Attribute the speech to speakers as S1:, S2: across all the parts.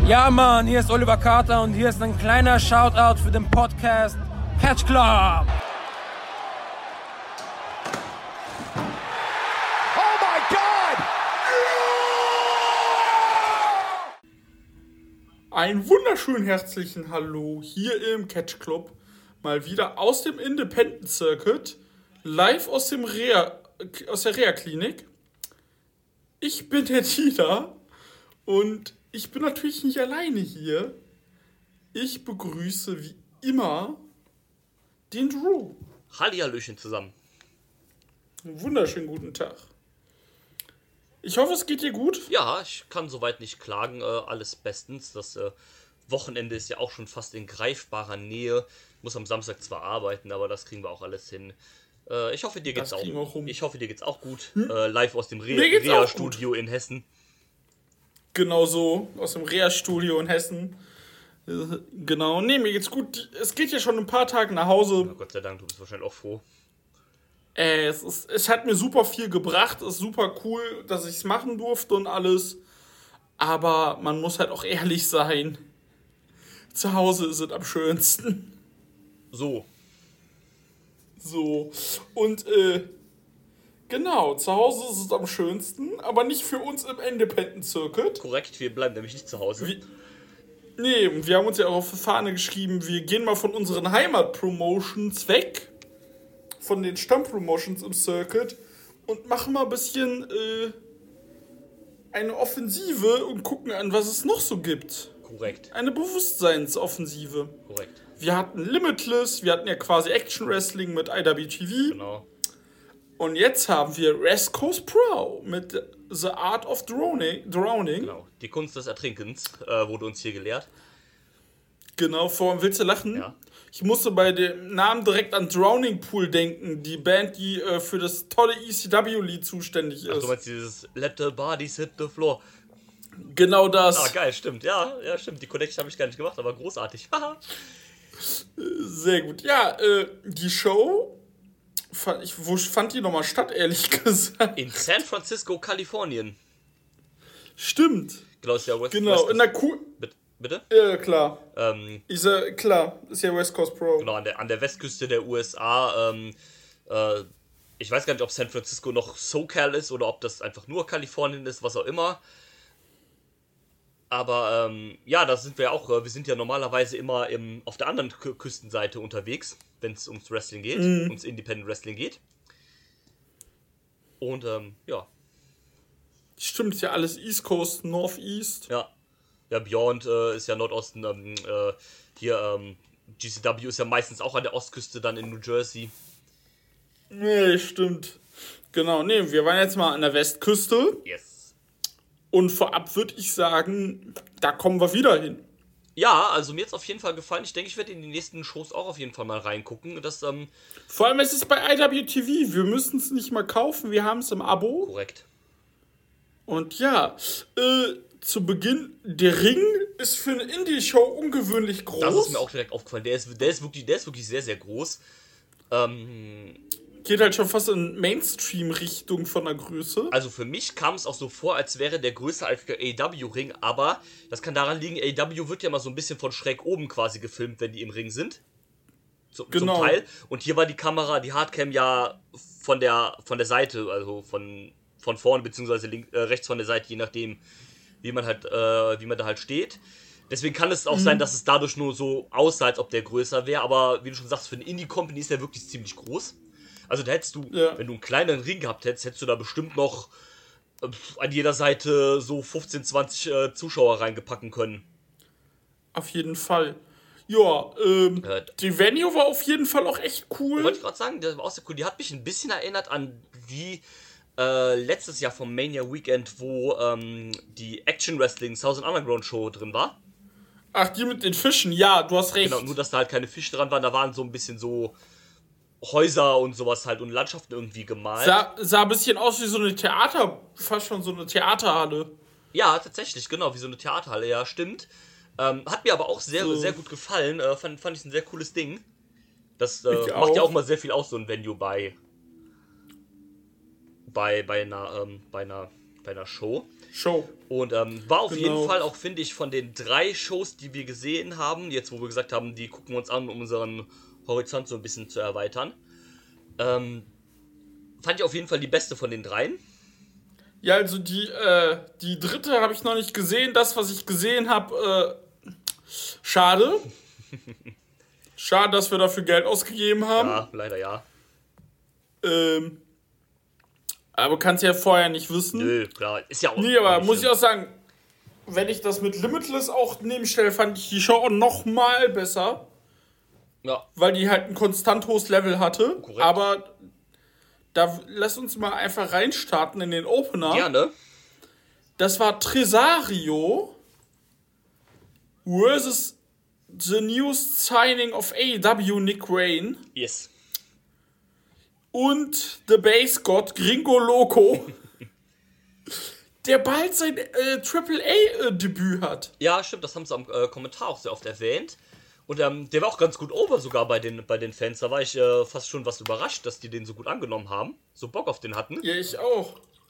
S1: Ja, Mann, hier ist Oliver Carter und hier ist ein kleiner Shoutout für den Podcast Catch Club.
S2: Oh my God!
S3: Einen wunderschönen herzlichen Hallo hier im Catch Club. Mal wieder aus dem Independent Circuit, live aus der Reha-Klinik. Ich bin der Dieter und ich bin natürlich nicht alleine hier. Ich begrüße wie immer den Drew.
S4: Hallihallöchen zusammen.
S3: Einen wunderschönen guten Tag. Ich hoffe, es geht dir gut.
S4: Ja, ich kann soweit nicht klagen. Alles bestens. Das Wochenende ist ja auch schon fast in greifbarer Nähe. Muss am Samstag zwar arbeiten, aber das kriegen wir auch alles hin. Ich hoffe, dir geht's Ich hoffe, dir geht's auch gut. Live aus dem Reha-Studio in Hessen.
S3: Genau so, aus dem Reha-Studio in Hessen. Genau, nee, mir geht's gut. Es geht ja schon ein paar Tage nach Hause.
S4: Ja, Gott sei Dank, du bist wahrscheinlich auch froh.
S3: Es hat mir super viel gebracht. Es ist super cool, dass ich es machen durfte und alles. Aber man muss halt auch ehrlich sein. Zu Hause ist es am schönsten.
S4: So.
S3: Und, genau, zu Hause ist es am schönsten, aber nicht für uns im Independent Circuit.
S4: Korrekt, wir bleiben nämlich nicht zu Hause.
S3: Wir haben uns ja auch auf die Fahne geschrieben, wir gehen mal von unseren Heimat-Promotions weg, von den Stamm-Promotions im Circuit und machen mal ein bisschen eine Offensive und gucken an, was es noch so gibt.
S4: Korrekt.
S3: Eine Bewusstseinsoffensive.
S4: Korrekt.
S3: Wir hatten Limitless, wir hatten ja quasi Action Wrestling mit IWTV.
S4: Genau.
S3: Und jetzt haben wir West Coast Pro mit The Art of Drowning.
S4: Genau. Die Kunst des Ertrinkens wurde uns hier gelehrt.
S3: Genau, willst du lachen?
S4: Ja.
S3: Ich musste bei dem Namen direkt an Drowning Pool denken, die Band, die für das tolle ECW-Lied zuständig ist.
S4: Ach, du meinst dieses Let the bodies hit the floor.
S3: Genau das.
S4: Ah, geil, stimmt. Ja, stimmt. Die Connection habe ich gar nicht gemacht, aber großartig.
S3: Sehr gut. Ja, die Show, wo fand die nochmal statt, ehrlich gesagt?
S4: In San Francisco, Kalifornien.
S3: Stimmt.
S4: Genau, ist ja
S3: Genau, in der
S4: Bitte?
S3: Ja, klar.
S4: Klar,
S3: ist ja West Coast Pro.
S4: Genau, an der Westküste der USA. Ich weiß gar nicht, ob San Francisco noch SoCal ist oder ob das einfach nur Kalifornien ist, was auch immer. Aber ja, da sind wir auch. Wir sind ja normalerweise immer auf der anderen Küstenseite unterwegs, wenn es ums Wrestling geht, ums Independent Wrestling geht. Und ja.
S3: Stimmt, ist ja alles East Coast, Northeast.
S4: Ja. Ja, Beyond ist ja Nordosten. GCW ist ja meistens auch an der Ostküste, dann in New Jersey.
S3: Nee, stimmt. Genau, nee, wir waren jetzt mal an der Westküste.
S4: Yes.
S3: Und vorab würde ich sagen, da kommen wir wieder hin.
S4: Ja, also mir hat es auf jeden Fall gefallen. Ich denke, ich werde in die nächsten Shows auch auf jeden Fall mal reingucken.
S3: Vor allem, es ist bei IWTV. Wir müssen es nicht mal kaufen, wir haben es im Abo.
S4: Korrekt.
S3: Und ja, zu Beginn, der Ring ist für eine Indie-Show ungewöhnlich groß.
S4: Das ist mir auch direkt aufgefallen. Der ist wirklich sehr, sehr groß.
S3: Geht halt schon fast in Mainstream-Richtung von der Größe.
S4: Also für mich kam es auch so vor, als wäre der größer als der AEW-Ring, aber das kann daran liegen, AEW wird ja mal so ein bisschen von schräg oben quasi gefilmt, wenn die im Ring sind. Zum Teil. Und hier war die Kamera, die Hardcam ja von der Seite, also von vorne, beziehungsweise rechts von der Seite, je nachdem, wie man da halt steht. Deswegen kann es auch sein, dass es dadurch nur so aussah, als ob der größer wäre, aber wie du schon sagst, für eine Indie-Company ist der wirklich ziemlich groß. Also da hättest du, wenn du einen kleineren Ring gehabt hättest du da bestimmt noch an jeder Seite so 15, 20 Zuschauer reingepacken können.
S3: Auf jeden Fall. Ja, die Venue war auf jeden Fall auch echt cool.
S4: Wollte ich gerade sagen, das war auch sehr cool. Die hat mich ein bisschen erinnert an die letztes Jahr vom Mania Weekend, wo die Action Wrestling Southern Underground Show drin war.
S3: Ach, die mit den Fischen, ja, du hast recht.
S4: Genau, nur dass da halt keine Fische dran waren, da waren so ein bisschen so Häuser und sowas halt und Landschaften irgendwie gemalt.
S3: Sah ein bisschen aus wie so eine fast schon so eine Theaterhalle.
S4: Ja, tatsächlich, genau, wie so eine Theaterhalle, ja, stimmt. Hat mir aber auch sehr, sehr gut gefallen. Fand ich ein sehr cooles Ding. Das macht ja auch mal sehr viel aus, so ein Venue bei einer Show.
S3: Show.
S4: Und war auf jeden Fall auch, finde ich, von den 3 Shows, die wir gesehen haben, jetzt wo wir gesagt haben, die gucken wir uns an, um unseren Horizont so ein bisschen zu erweitern, fand ich auf jeden Fall die beste von den 3.
S3: Ja, also die 3. habe ich noch nicht gesehen. Das, was ich gesehen habe, schade. Schade, dass wir dafür Geld ausgegeben haben.
S4: Ja, leider ja.
S3: Aber kannst ja vorher nicht wissen.
S4: Nö, klar. Ist ja auch.
S3: Nee, aber muss ich auch sagen, wenn ich das mit Limitless auch nebenstelle, fand ich die Show auch noch mal besser.
S4: Ja.
S3: Weil die halt ein konstant hohes Level hatte.
S4: Korrekt.
S3: Aber da lass uns mal einfach reinstarten in den Opener.
S4: Gerne.
S3: Das war Tresario versus the news signing of AEW Nick Wayne
S4: Yes.
S3: und The Base God Gringo Loco, der bald sein AAA-Debüt hat.
S4: Ja, stimmt, das haben sie am Kommentar auch sehr oft erwähnt. Und der war auch ganz gut over sogar bei den Fans. Da war ich fast schon was überrascht, dass die den so gut angenommen haben. So Bock auf den hatten.
S3: Ja, ich auch.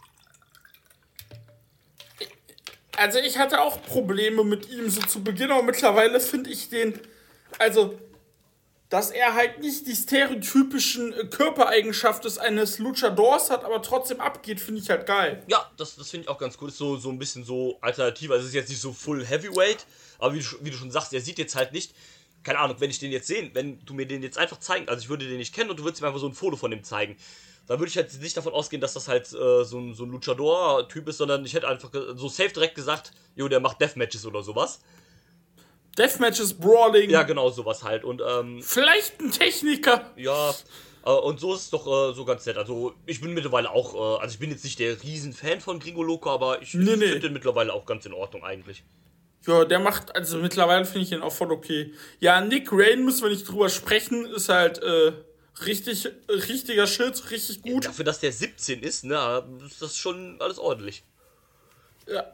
S3: Also ich hatte auch Probleme mit ihm so zu Beginn, aber mittlerweile finde ich den, also, dass er halt nicht die stereotypischen Körpereigenschaften eines Luchadors hat, aber trotzdem abgeht, finde ich halt geil.
S4: Ja, das finde ich auch ganz gut. Ist so ein bisschen so alternativ. Also es ist jetzt nicht so Full Heavyweight, aber wie du schon sagst, er sieht jetzt halt nicht, keine Ahnung, wenn ich den jetzt sehen, wenn du mir den jetzt einfach zeigen, also ich würde den nicht kennen und du würdest mir einfach so ein Foto von dem zeigen, dann würde ich halt nicht davon ausgehen, dass das halt so ein Luchador-Typ ist, sondern ich hätte einfach so safe direkt gesagt, jo, der macht Deathmatches oder sowas.
S3: Deathmatches, Brawling.
S4: Ja, genau, sowas halt. Und
S3: vielleicht ein Techniker.
S4: ja, und so ist es doch so ganz nett. Also ich bin mittlerweile auch, also ich bin jetzt nicht der Riesenfan von Gringo Loco, aber ich finde den mittlerweile auch ganz in Ordnung eigentlich.
S3: Ja, der macht, also mittlerweile finde ich ihn auch voll okay. Ja, Nick Wayne, müssen wir nicht drüber sprechen, ist halt richtiger Shit, richtig gut.
S4: Ja, dafür, dass der 17 ist, ne, ist das schon alles ordentlich.
S3: Ja.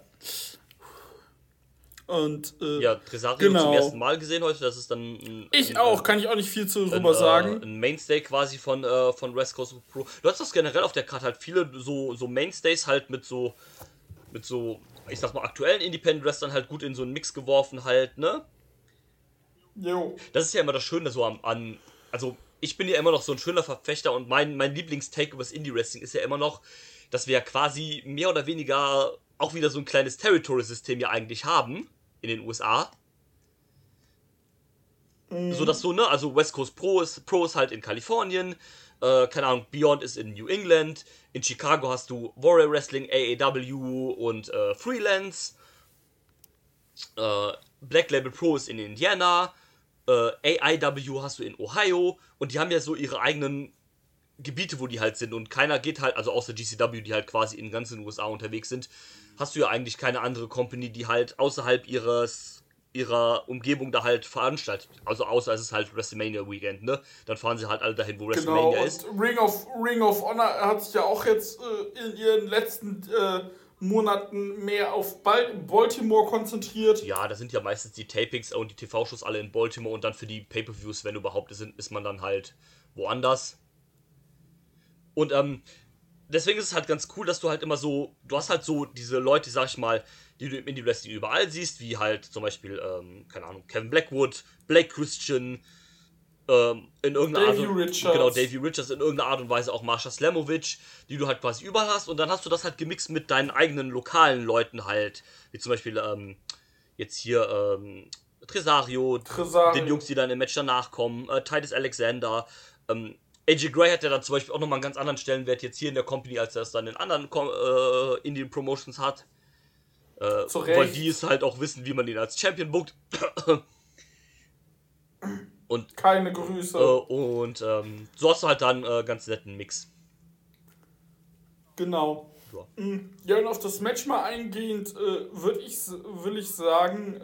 S3: Und,
S4: ja, Tresario
S3: genau.
S4: Zum ersten Mal gesehen heute, das ist dann
S3: kann ich auch nicht viel drüber sagen.
S4: Ein Mainstay quasi von West Coast Pro. Du hast das generell auf der Karte halt viele so Mainstays halt mit so, ich sag mal, aktuellen Independent Wrestlern halt gut in so einen Mix geworfen halt, ne?
S3: Jo.
S4: Das ist ja immer das Schöne so also ich bin ja immer noch so ein schöner Verfechter und mein Lieblingstake über das Indie-Wrestling ist ja immer noch, dass wir ja quasi mehr oder weniger auch wieder so ein kleines Territory-System ja eigentlich haben in den USA. So dass so, ne, also West Coast Pro ist halt in Kalifornien, keine Ahnung, Beyond ist in New England, in Chicago hast du Warrior Wrestling, AAW und Freelance, Black Label Pro ist in Indiana, AIW hast du in Ohio und die haben ja so ihre eigenen Gebiete, wo die halt sind und keiner geht halt, also außer GCW, die halt quasi in ganzen USA unterwegs sind, hast du ja eigentlich keine andere Company, die halt außerhalb ihrer Umgebung da halt veranstaltet. Also außer es ist halt WrestleMania Weekend, ne? Dann fahren sie halt alle dahin, wo WrestleMania ist.
S3: Und Ring of Honor hat sich ja auch jetzt in ihren letzten Monaten mehr auf Baltimore konzentriert.
S4: Ja, da sind ja meistens die Tapings und die TV-Shows alle in Baltimore und dann für die Pay-Per-Views, wenn überhaupt ist man dann halt woanders. Und deswegen ist es halt ganz cool, dass du halt immer so, du hast halt so diese Leute, sag ich mal, die du im Indie-Wrestling überall siehst, wie halt zum Beispiel, keine Ahnung, Kevin Blackwood, Blake Christian, in irgendeiner Art und Weise, genau, Davey Richards, in irgendeiner Art und Weise auch Marsha Slamovich, die du halt quasi überall hast und dann hast du das halt gemixt mit deinen eigenen lokalen Leuten halt, wie zum Beispiel, jetzt hier, Tresario, den Jungs, die dann im Match danach kommen, Titus Alexander, AJ Gray hat ja dann zum Beispiel auch nochmal einen ganz anderen Stellenwert jetzt hier in der Company, als er es dann in anderen Indian Promotions hat. Weil die es halt auch wissen, wie man ihn als Champion bookt. Und
S3: keine Grüße.
S4: So hast du halt dann ganz netten Mix.
S3: Genau. Ja, und auf das Match mal eingehend will ich sagen,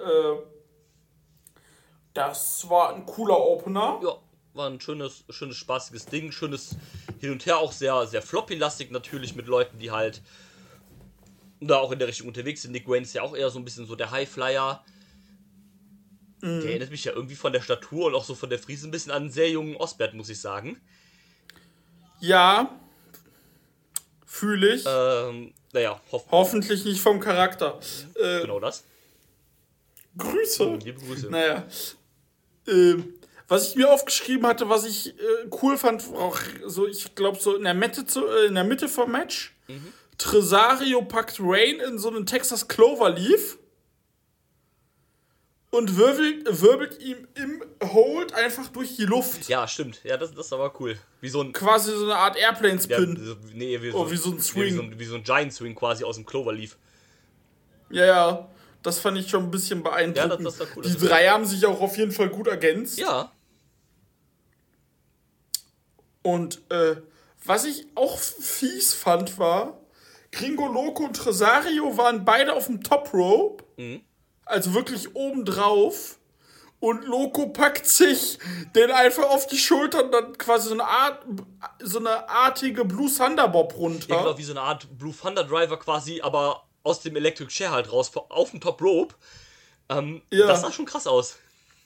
S3: das war ein cooler Opener.
S4: Ja, war ein schönes, spaßiges Ding. Schönes Hin und Her, auch sehr, sehr floppy-lastig natürlich mit Leuten, die halt da auch in der Richtung unterwegs sind. Nick Wayne ist ja auch eher so ein bisschen so der Highflyer. Der erinnert mich ja irgendwie von der Statur und auch so von der Frise ein bisschen an einen sehr jungen Osbert, muss ich sagen.
S3: Ja, fühle ich.
S4: Naja,
S3: hoffentlich nicht vom Charakter.
S4: Genau das.
S3: Grüße.
S4: Liebe Grüße.
S3: Naja. Was ich mir aufgeschrieben hatte, was ich cool fand, auch so, ich glaube, so in der Mitte vom Match, Tresario packt Rain in so einen Texas Cloverleaf und wirbelt ihm im Hold einfach durch die Luft.
S4: Ja, stimmt. Ja, das war cool. Wie so ein...
S3: Quasi so eine Art Airplane-Spin.
S4: Ja,
S3: wie so ein Swing.
S4: Wie so ein Giant-Swing quasi aus dem Cloverleaf.
S3: Ja. Das fand ich schon ein bisschen beeindruckend.
S4: Ja, das war cool.
S3: Die drei haben sich auch auf jeden Fall gut ergänzt.
S4: Ja.
S3: Und was ich auch fies fand, war, Gringo Loco und Tresario waren beide auf dem Top Rope. Also wirklich oben drauf. Und Loco packt sich den einfach auf die Schultern, dann quasi so eine artige Blue Thunder Bob runter.
S4: Ja, genau, wie so eine Art Blue Thunder Driver quasi, aber aus dem Electric Chair halt raus, auf dem Top Rope. Das sah schon krass aus.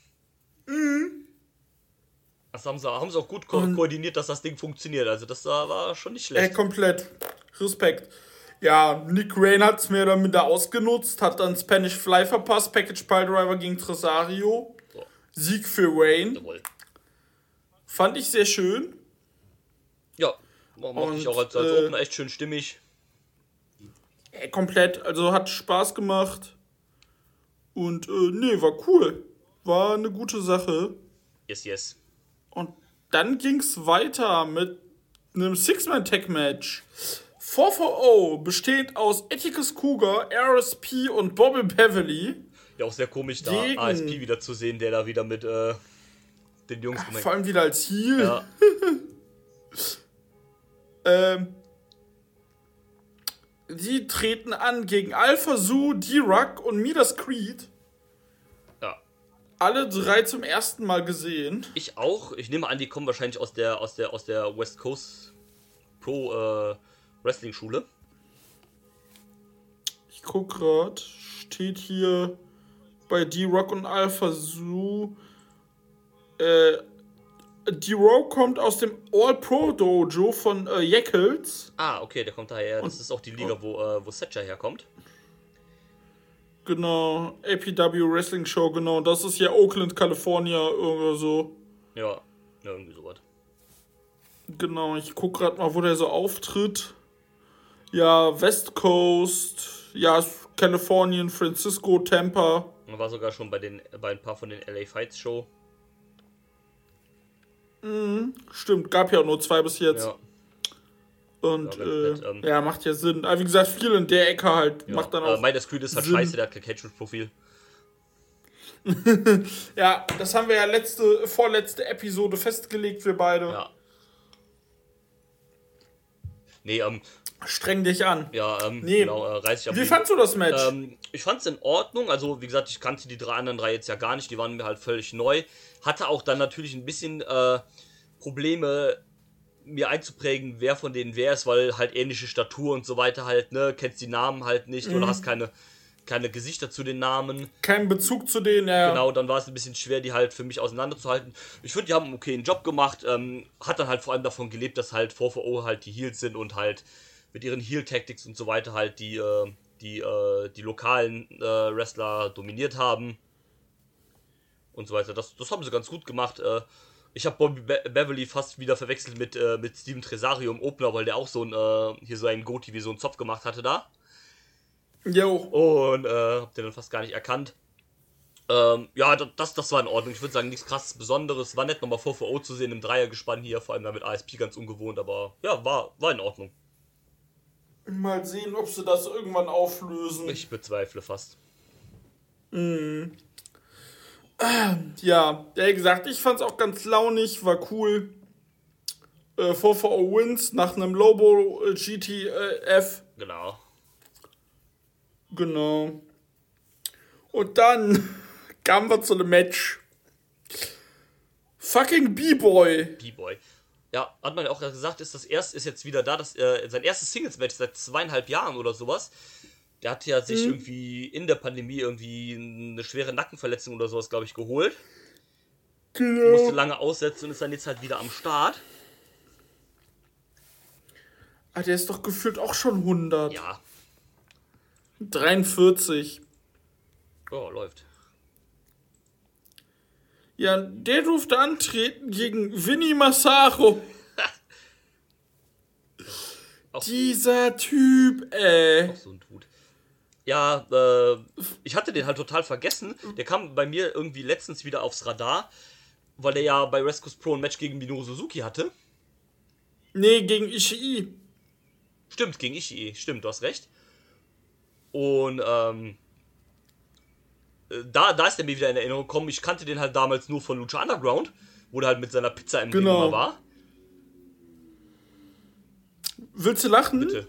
S4: Das haben sie auch gut koordiniert, dass das Ding funktioniert. Also das war schon nicht schlecht.
S3: Komplett. Respekt. Ja, Nick Rain hat es mehr oder minder ausgenutzt, hat dann Spanish Fly verpasst, Package Piledriver gegen Tresario.
S4: So.
S3: Sieg für Rain.
S4: Jawohl.
S3: Fand ich sehr schön.
S4: Ja, mochte ich auch als Opener echt schön stimmig.
S3: Komplett, also hat Spaß gemacht. Und war cool. War eine gute Sache.
S4: Yes.
S3: Und dann ging's weiter mit einem Six-Man-Tag-Match. 440 besteht aus Atticus Cougar, RSP und Bobby Beverly.
S4: Ja, auch sehr komisch, da ASP wieder zu sehen, der da wieder mit den Jungs gemeint.
S3: Vor allem wieder als Heel.
S4: Ja.
S3: Die treten an gegen Alpha Zoo, D-Ruck und Midas Creed.
S4: Ja.
S3: Alle drei zum ersten Mal gesehen.
S4: Ich auch. Ich nehme an, die kommen wahrscheinlich aus der West Coast Pro Wrestling Schule.
S3: Ich guck grad. Steht hier bei D-Rock und Alpha Zoo. D-Rock kommt aus dem All-Pro-Dojo von Jekyls.
S4: Ah, okay, der kommt daher. Das ist auch die Liga, wo Setcher herkommt.
S3: Genau, APW Wrestling Show, genau. Das ist ja Oakland, California, oder so.
S4: Ja, irgendwie sowas.
S3: Genau, ich guck grad mal, wo der so auftritt. Ja, West Coast, ja, Kalifornien, Francisco, Tampa.
S4: Man war sogar schon bei ein paar von den LA Fights Show.
S3: Stimmt, gab ja auch nur 2 bis jetzt.
S4: Ja.
S3: Und
S4: ja,
S3: macht ja Sinn. Aber wie gesagt, viel in der Ecke halt.
S4: Ja.
S3: Macht dann auch
S4: Midas Creed ist halt
S3: Sinn.
S4: scheiße, der hat kein Catchment-Profil.
S3: Ja, das haben wir ja vorletzte Episode festgelegt, wir beide.
S4: Ja. Nee,
S3: Streng dich an.
S4: ja,
S3: Nee.
S4: genau, reiß ich am
S3: Wie
S4: Lied.
S3: fandst du das Match?
S4: Ich fand's in Ordnung, also wie gesagt, ich kannte die anderen drei jetzt ja gar nicht, die waren mir halt völlig neu. Hatte auch dann natürlich ein bisschen Probleme, mir einzuprägen, wer von denen wer ist, weil halt ähnliche Statur und so weiter halt, ne, kennst die Namen halt nicht oder hast keine Gesichter zu den Namen.
S3: Kein Bezug zu denen, ja.
S4: Genau, dann war es ein bisschen schwer, die halt für mich auseinanderzuhalten. Ich finde, die haben einen okayen Job gemacht, hat dann halt vor allem davon gelebt, dass halt 440 halt die Heels sind und halt mit ihren Heel-Tactics und so weiter halt die lokalen Wrestler dominiert haben und so weiter. Das haben sie ganz gut gemacht. Ich habe Bobby Beverly fast wieder verwechselt mit Steven Tresario im Opener, weil der auch so einen Goatee wie so einen Zopf gemacht hatte da.
S3: Jo.
S4: Und hab den dann fast gar nicht erkannt. Ja, das war in Ordnung. Ich würde sagen, nichts krasses Besonderes. War nett, nochmal 440 zu sehen im Dreiergespann hier, vor allem mit ASP ganz ungewohnt, aber ja, war in Ordnung.
S3: Mal sehen, ob sie das irgendwann auflösen.
S4: Ich bezweifle fast.
S3: Ja, wie gesagt, ich fand's auch ganz launig, war cool. 440 Wins nach einem Lobo GTF.
S4: Genau.
S3: Genau. Und dann kamen wir zu einem Match. Fucking B-Boy.
S4: B-Boy. Ja, hat man ja auch gesagt, ist jetzt wieder da, sein erstes Singles-Match seit 2,5 Jahren oder sowas. Der hat ja sich irgendwie in der Pandemie irgendwie eine schwere Nackenverletzung oder sowas, glaube ich, geholt.
S3: Genau.
S4: Musste lange aussetzen und ist dann jetzt halt wieder am Start.
S3: Ah, der ist doch gefühlt auch schon 100.
S4: Ja,
S3: 43.
S4: Oh, läuft.
S3: Ja, der durfte antreten gegen Vinny Massaro. Dieser Typ,
S4: Auch so ein Dude. Ja, ich hatte den halt total vergessen. Der kam bei mir irgendwie letztens wieder aufs Radar, weil der ja bei West Coast Pro ein Match gegen Minoru Suzuki hatte.
S3: Nee, gegen Ishii.
S4: Stimmt, gegen Ishii. Stimmt, du hast recht. Und da ist er mir wieder in Erinnerung gekommen. Ich kannte den halt damals nur von Lucha Underground, wo der halt mit seiner Pizza im Ring immer war.
S3: Willst du lachen?
S4: Bitte.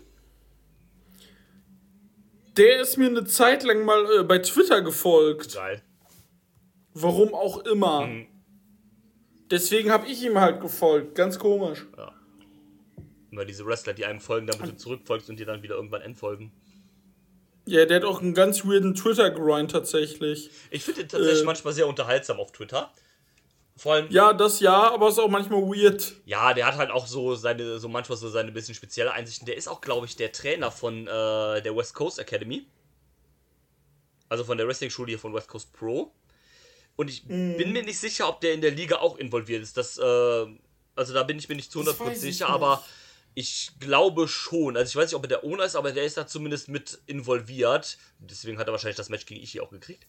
S3: Der ist mir eine Zeit lang mal bei Twitter gefolgt.
S4: Geil.
S3: Warum auch immer. Deswegen habe ich ihm halt gefolgt. Ganz komisch.
S4: Ja. Immer diese Wrestler, die einem folgen, damit du zurückfolgst und dir dann wieder irgendwann entfolgen.
S3: Ja, der hat auch einen ganz weirden Twitter-Grind tatsächlich.
S4: Ich finde den tatsächlich manchmal sehr unterhaltsam auf Twitter. Vor allem.
S3: Ja, das ja, aber ist auch manchmal weird.
S4: Ja, der hat halt auch manchmal so seine bisschen spezielle Einsichten. Der ist auch, glaube ich, der Trainer von der West Coast Academy. Also von der Wrestling-Schule hier von West Coast Pro. Und ich bin mir nicht sicher, ob der in der Liga auch involviert ist. Also da bin ich mir nicht zu 100% sicher, aber ich glaube schon. Also ich weiß nicht, ob er der Owner ist, aber der ist da zumindest mit involviert. Deswegen hat er wahrscheinlich das Match gegen Ishii auch gekriegt.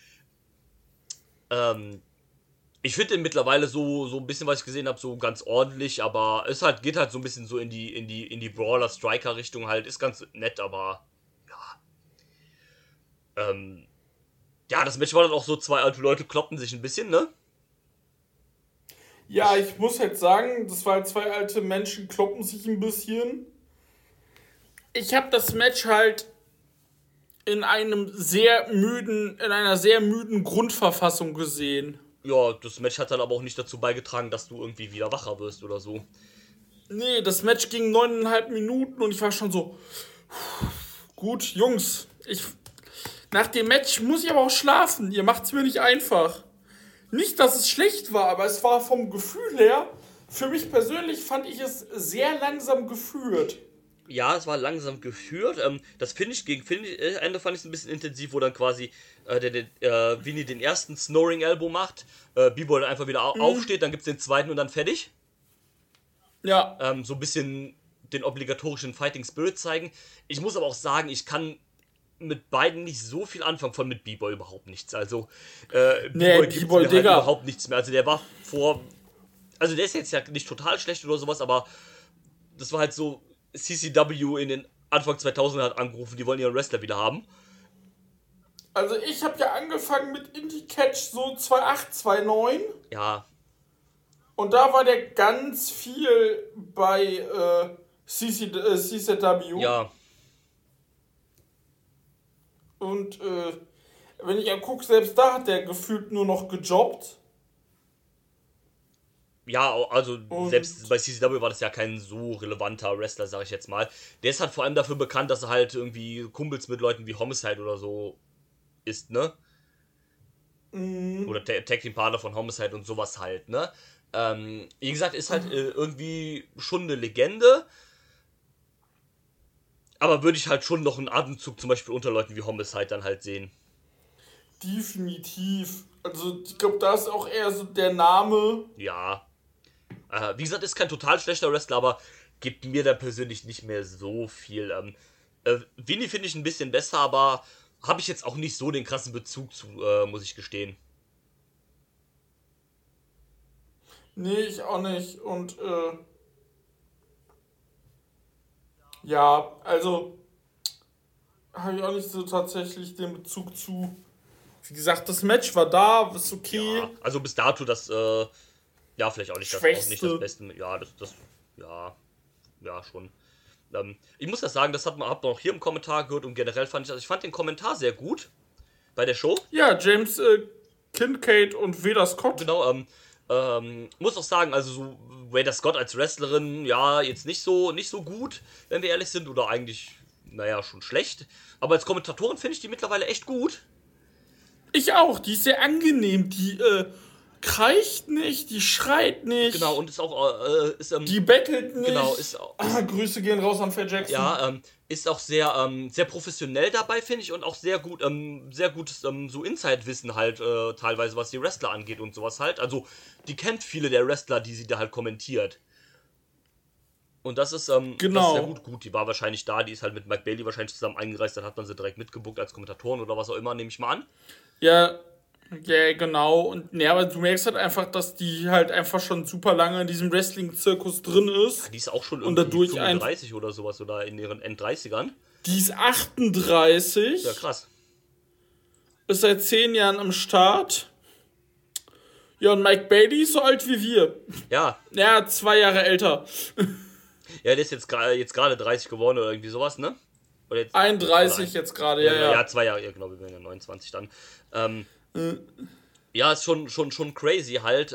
S4: Ich finde den mittlerweile so ein bisschen, was ich gesehen habe, so ganz ordentlich, aber es halt geht halt so ein bisschen so in die Brawler-Striker-Richtung halt. Ist ganz nett, aber ja. Ja, das Match war dann auch so, zwei alte Leute kloppten sich ein bisschen, ne?
S3: Ja, ich muss halt sagen, das war halt zwei alte Menschen kloppen sich ein bisschen. Ich habe das Match halt in einer sehr müden Grundverfassung gesehen.
S4: Ja, das Match hat dann aber auch nicht dazu beigetragen, dass du irgendwie wieder wacher wirst oder so.
S3: Nee, das Match ging 9,5 Minuten und ich war schon so, gut, Jungs, nach dem Match muss ich aber auch schlafen. Ihr macht's mir nicht einfach. Nicht, dass es schlecht war, aber es war vom Gefühl her, für mich persönlich fand ich es sehr langsam geführt.
S4: Ja, es war langsam geführt. Das Finish gegen Ende fand ich ein bisschen intensiv, wo dann quasi Vinny den ersten Snoring Elbow macht, B-Boy dann einfach wieder aufsteht, dann gibt's den zweiten und dann fertig.
S3: Ja.
S4: So ein bisschen den obligatorischen Fighting Spirit zeigen. Ich muss aber auch sagen, ich kann mit beiden nicht so viel anfangen, von mit B-Boy überhaupt nichts. Also, B-Boy gibt mir halt überhaupt nichts mehr. Also der war also der ist jetzt ja nicht total schlecht oder sowas, aber das war halt so, CCW in den Anfang 2000 hat angerufen, die wollen ihren Wrestler wieder haben.
S3: Also ich habe ja angefangen mit Indie Catch so 2008, 2009.
S4: Ja.
S3: Und da war der ganz viel bei CZW.
S4: Ja.
S3: Und wenn ich gucke, selbst da hat der gefühlt nur noch gejobbt.
S4: Ja, also selbst bei CCW war das ja kein so relevanter Wrestler, sag ich jetzt mal. Der ist halt vor allem dafür bekannt, dass er halt irgendwie Kumpels mit Leuten wie Homicide oder so ist, ne? Oder Tag-Team-Partner von Homicide und sowas halt, ne? Wie gesagt, ist halt irgendwie schon eine Legende. Aber würde ich halt schon noch einen Atemzug zum Beispiel unter Leuten wie Homicide dann halt sehen.
S3: Definitiv. Also ich glaube, da ist auch eher so der Name.
S4: Ja. Wie gesagt, ist kein total schlechter Wrestler, aber gibt mir da persönlich nicht mehr so viel. Vinny finde ich ein bisschen besser, aber habe ich jetzt auch nicht so den krassen Bezug zu, muss ich gestehen.
S3: Nee, ich auch nicht. Und ja, also habe ich auch nicht so tatsächlich den Bezug zu. Wie gesagt, das Match war da, ist okay.
S4: Ja, also bis dato das, ja, vielleicht auch nicht das Beste. Ja, ja, schon. Ich muss das sagen, das hat man auch hier im Kommentar gehört und generell ich fand den Kommentar sehr gut bei der Show.
S3: Ja, James Kincaid und Veda Scott.
S4: Genau, muss auch sagen, also so Veda Scott als Wrestlerin, ja, jetzt nicht so gut, wenn wir ehrlich sind, oder eigentlich, naja, schon schlecht. Aber als Kommentatorin finde ich die mittlerweile echt gut.
S3: Ich auch, die ist sehr angenehm, die kreicht nicht, die schreit nicht.
S4: Genau, und ist auch,
S3: die bettelt nicht.
S4: Genau, ist auch.
S3: Grüße gehen raus an Fat Jackson.
S4: Ja, ist auch sehr, sehr professionell dabei, finde ich, und auch sehr gut, sehr gutes, so Inside-Wissen halt, teilweise, was die Wrestler angeht und sowas halt. Also, die kennt viele der Wrestler, die sie da halt kommentiert. Und das ist, das ist sehr gut. Die war wahrscheinlich da, die ist halt mit Mike Bailey wahrscheinlich zusammen eingereist, dann hat man sie direkt mitgebuckt als Kommentatoren oder was auch immer, nehme ich mal an.
S3: Ja, genau. Und aber du merkst halt einfach, dass die halt einfach schon super lange in diesem Wrestling-Zirkus drin ist.
S4: Ja, die ist auch schon irgendwie 35 oder sowas oder in ihren End-30ern.
S3: Die ist 38.
S4: Ja, krass.
S3: Ist seit 10 Jahren am Start. Ja, und Mike Bailey ist so alt wie wir.
S4: Ja.
S3: Ja, 2 Jahre älter.
S4: Ja, der ist jetzt gerade 30 geworden oder irgendwie sowas, ne? Oder jetzt,
S3: 31 jetzt gerade, ja.
S4: Ja, 2 Jahre, ja, glaube ich, bin ja 29 dann. Ja, ist schon crazy halt.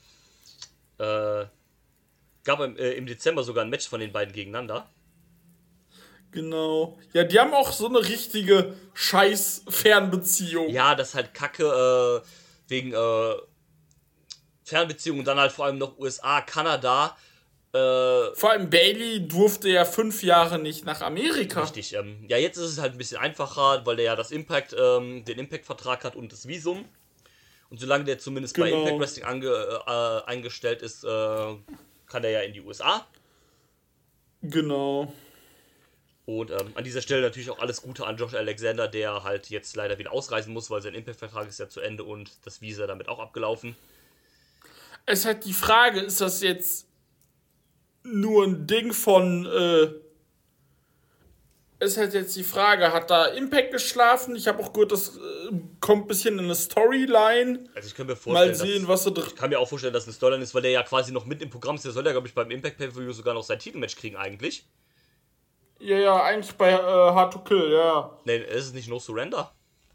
S4: Gab im Dezember sogar ein Match von den beiden gegeneinander.
S3: Genau. Ja, die haben auch so eine richtige Scheiß-Fernbeziehung.
S4: Ja, das ist halt kacke, wegen Fernbeziehungen und dann halt vor allem noch USA, Kanada.
S3: Vor allem Bailey durfte ja 5 Jahre nicht nach Amerika.
S4: Richtig, ja, jetzt ist es halt ein bisschen einfacher, weil der ja den Impact-Vertrag hat und das Visum. Und solange der zumindest bei Impact Wrestling eingestellt ist, kann er ja in die USA.
S3: Genau.
S4: Und an dieser Stelle natürlich auch alles Gute an Josh Alexander, der halt jetzt leider wieder ausreisen muss, weil sein Impact-Vertrag ist ja zu Ende und das Visa damit auch abgelaufen.
S3: Es ist halt die Frage, ist das jetzt nur ein Ding von, ist halt jetzt die Frage, hat da Impact geschlafen? Ich habe auch gehört, das kommt ein bisschen in eine Storyline.
S4: Also ich kann mir vorstellen,
S3: mal sehen, was da
S4: ich kann mir auch vorstellen, dass eine Storyline ist, weil der ja quasi noch mit im Programm ist. Der soll ja, glaube ich, beim Impact Pay-Per-View sogar noch sein Titelmatch kriegen eigentlich.
S3: Ja, eigentlich bei Hard to Kill, ja.
S4: Nee, ist es nicht No Surrender?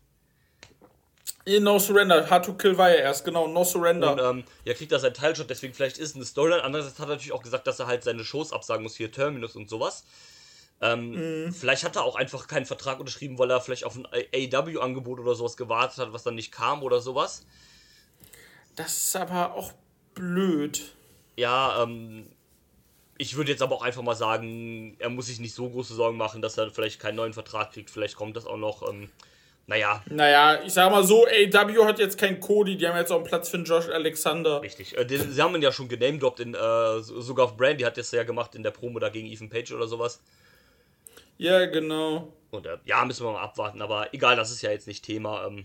S3: No Surrender. Hard to Kill war ja erst, genau. No Surrender.
S4: Und ja, kriegt er seinen Teilshot, deswegen vielleicht ist es eine Storyline. Andererseits hat er natürlich auch gesagt, dass er halt seine Shows absagen muss, hier Terminus und sowas. Vielleicht hat er auch einfach keinen Vertrag unterschrieben, weil er vielleicht auf ein AEW-Angebot oder sowas gewartet hat, was dann nicht kam oder sowas.
S3: Das ist aber auch blöd.
S4: Ja, ich würde jetzt aber auch einfach mal sagen, er muss sich nicht so große Sorgen machen, dass er vielleicht keinen neuen Vertrag kriegt. Vielleicht kommt das auch noch,
S3: Naja, ich sag mal so, AEW hat jetzt keinen Cody, die haben jetzt auch einen Platz für den Josh Alexander.
S4: Richtig. Sie haben ihn ja schon genamedroppt, sogar auf Brandy hat das ja gemacht in der Promo da gegen Ethan Page oder sowas.
S3: Ja, genau.
S4: Und ja, müssen wir mal abwarten, aber egal, das ist ja jetzt nicht Thema. Machen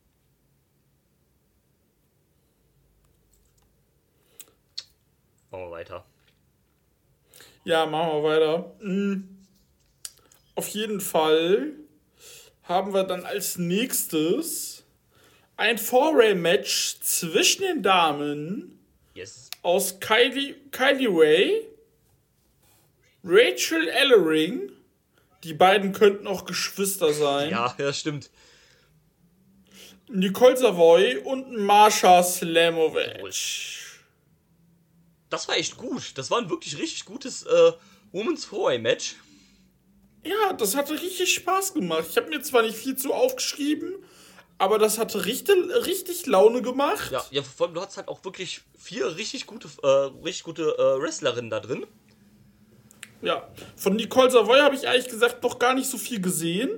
S4: wir weiter.
S3: Ja, machen wir weiter. Auf jeden Fall haben wir dann als nächstes ein 4-Way-Match zwischen den Damen aus Kylie Ray, Rachel Ellering, die beiden könnten auch Geschwister sein.
S4: Ja, stimmt.
S3: Nicole Savoy und Marsha Slamovich.
S4: Das war echt gut. Das war ein wirklich richtig gutes Women's 4-Way-Match.
S3: Ja, das hatte richtig Spaß gemacht. Ich habe mir zwar nicht viel zu aufgeschrieben, aber das hatte richtig Laune gemacht.
S4: Ja, vor allem, du hattest halt auch wirklich 4 richtig gute Wrestlerinnen da drin.
S3: Ja, von Nicole Savoy habe ich ehrlich gesagt noch gar nicht so viel gesehen.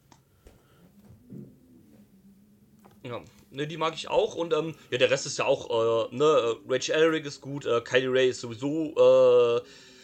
S4: Ja, ne, die mag ich auch und ja, der Rest ist ja auch, Rachel Ellering ist gut, Kylie Ray ist sowieso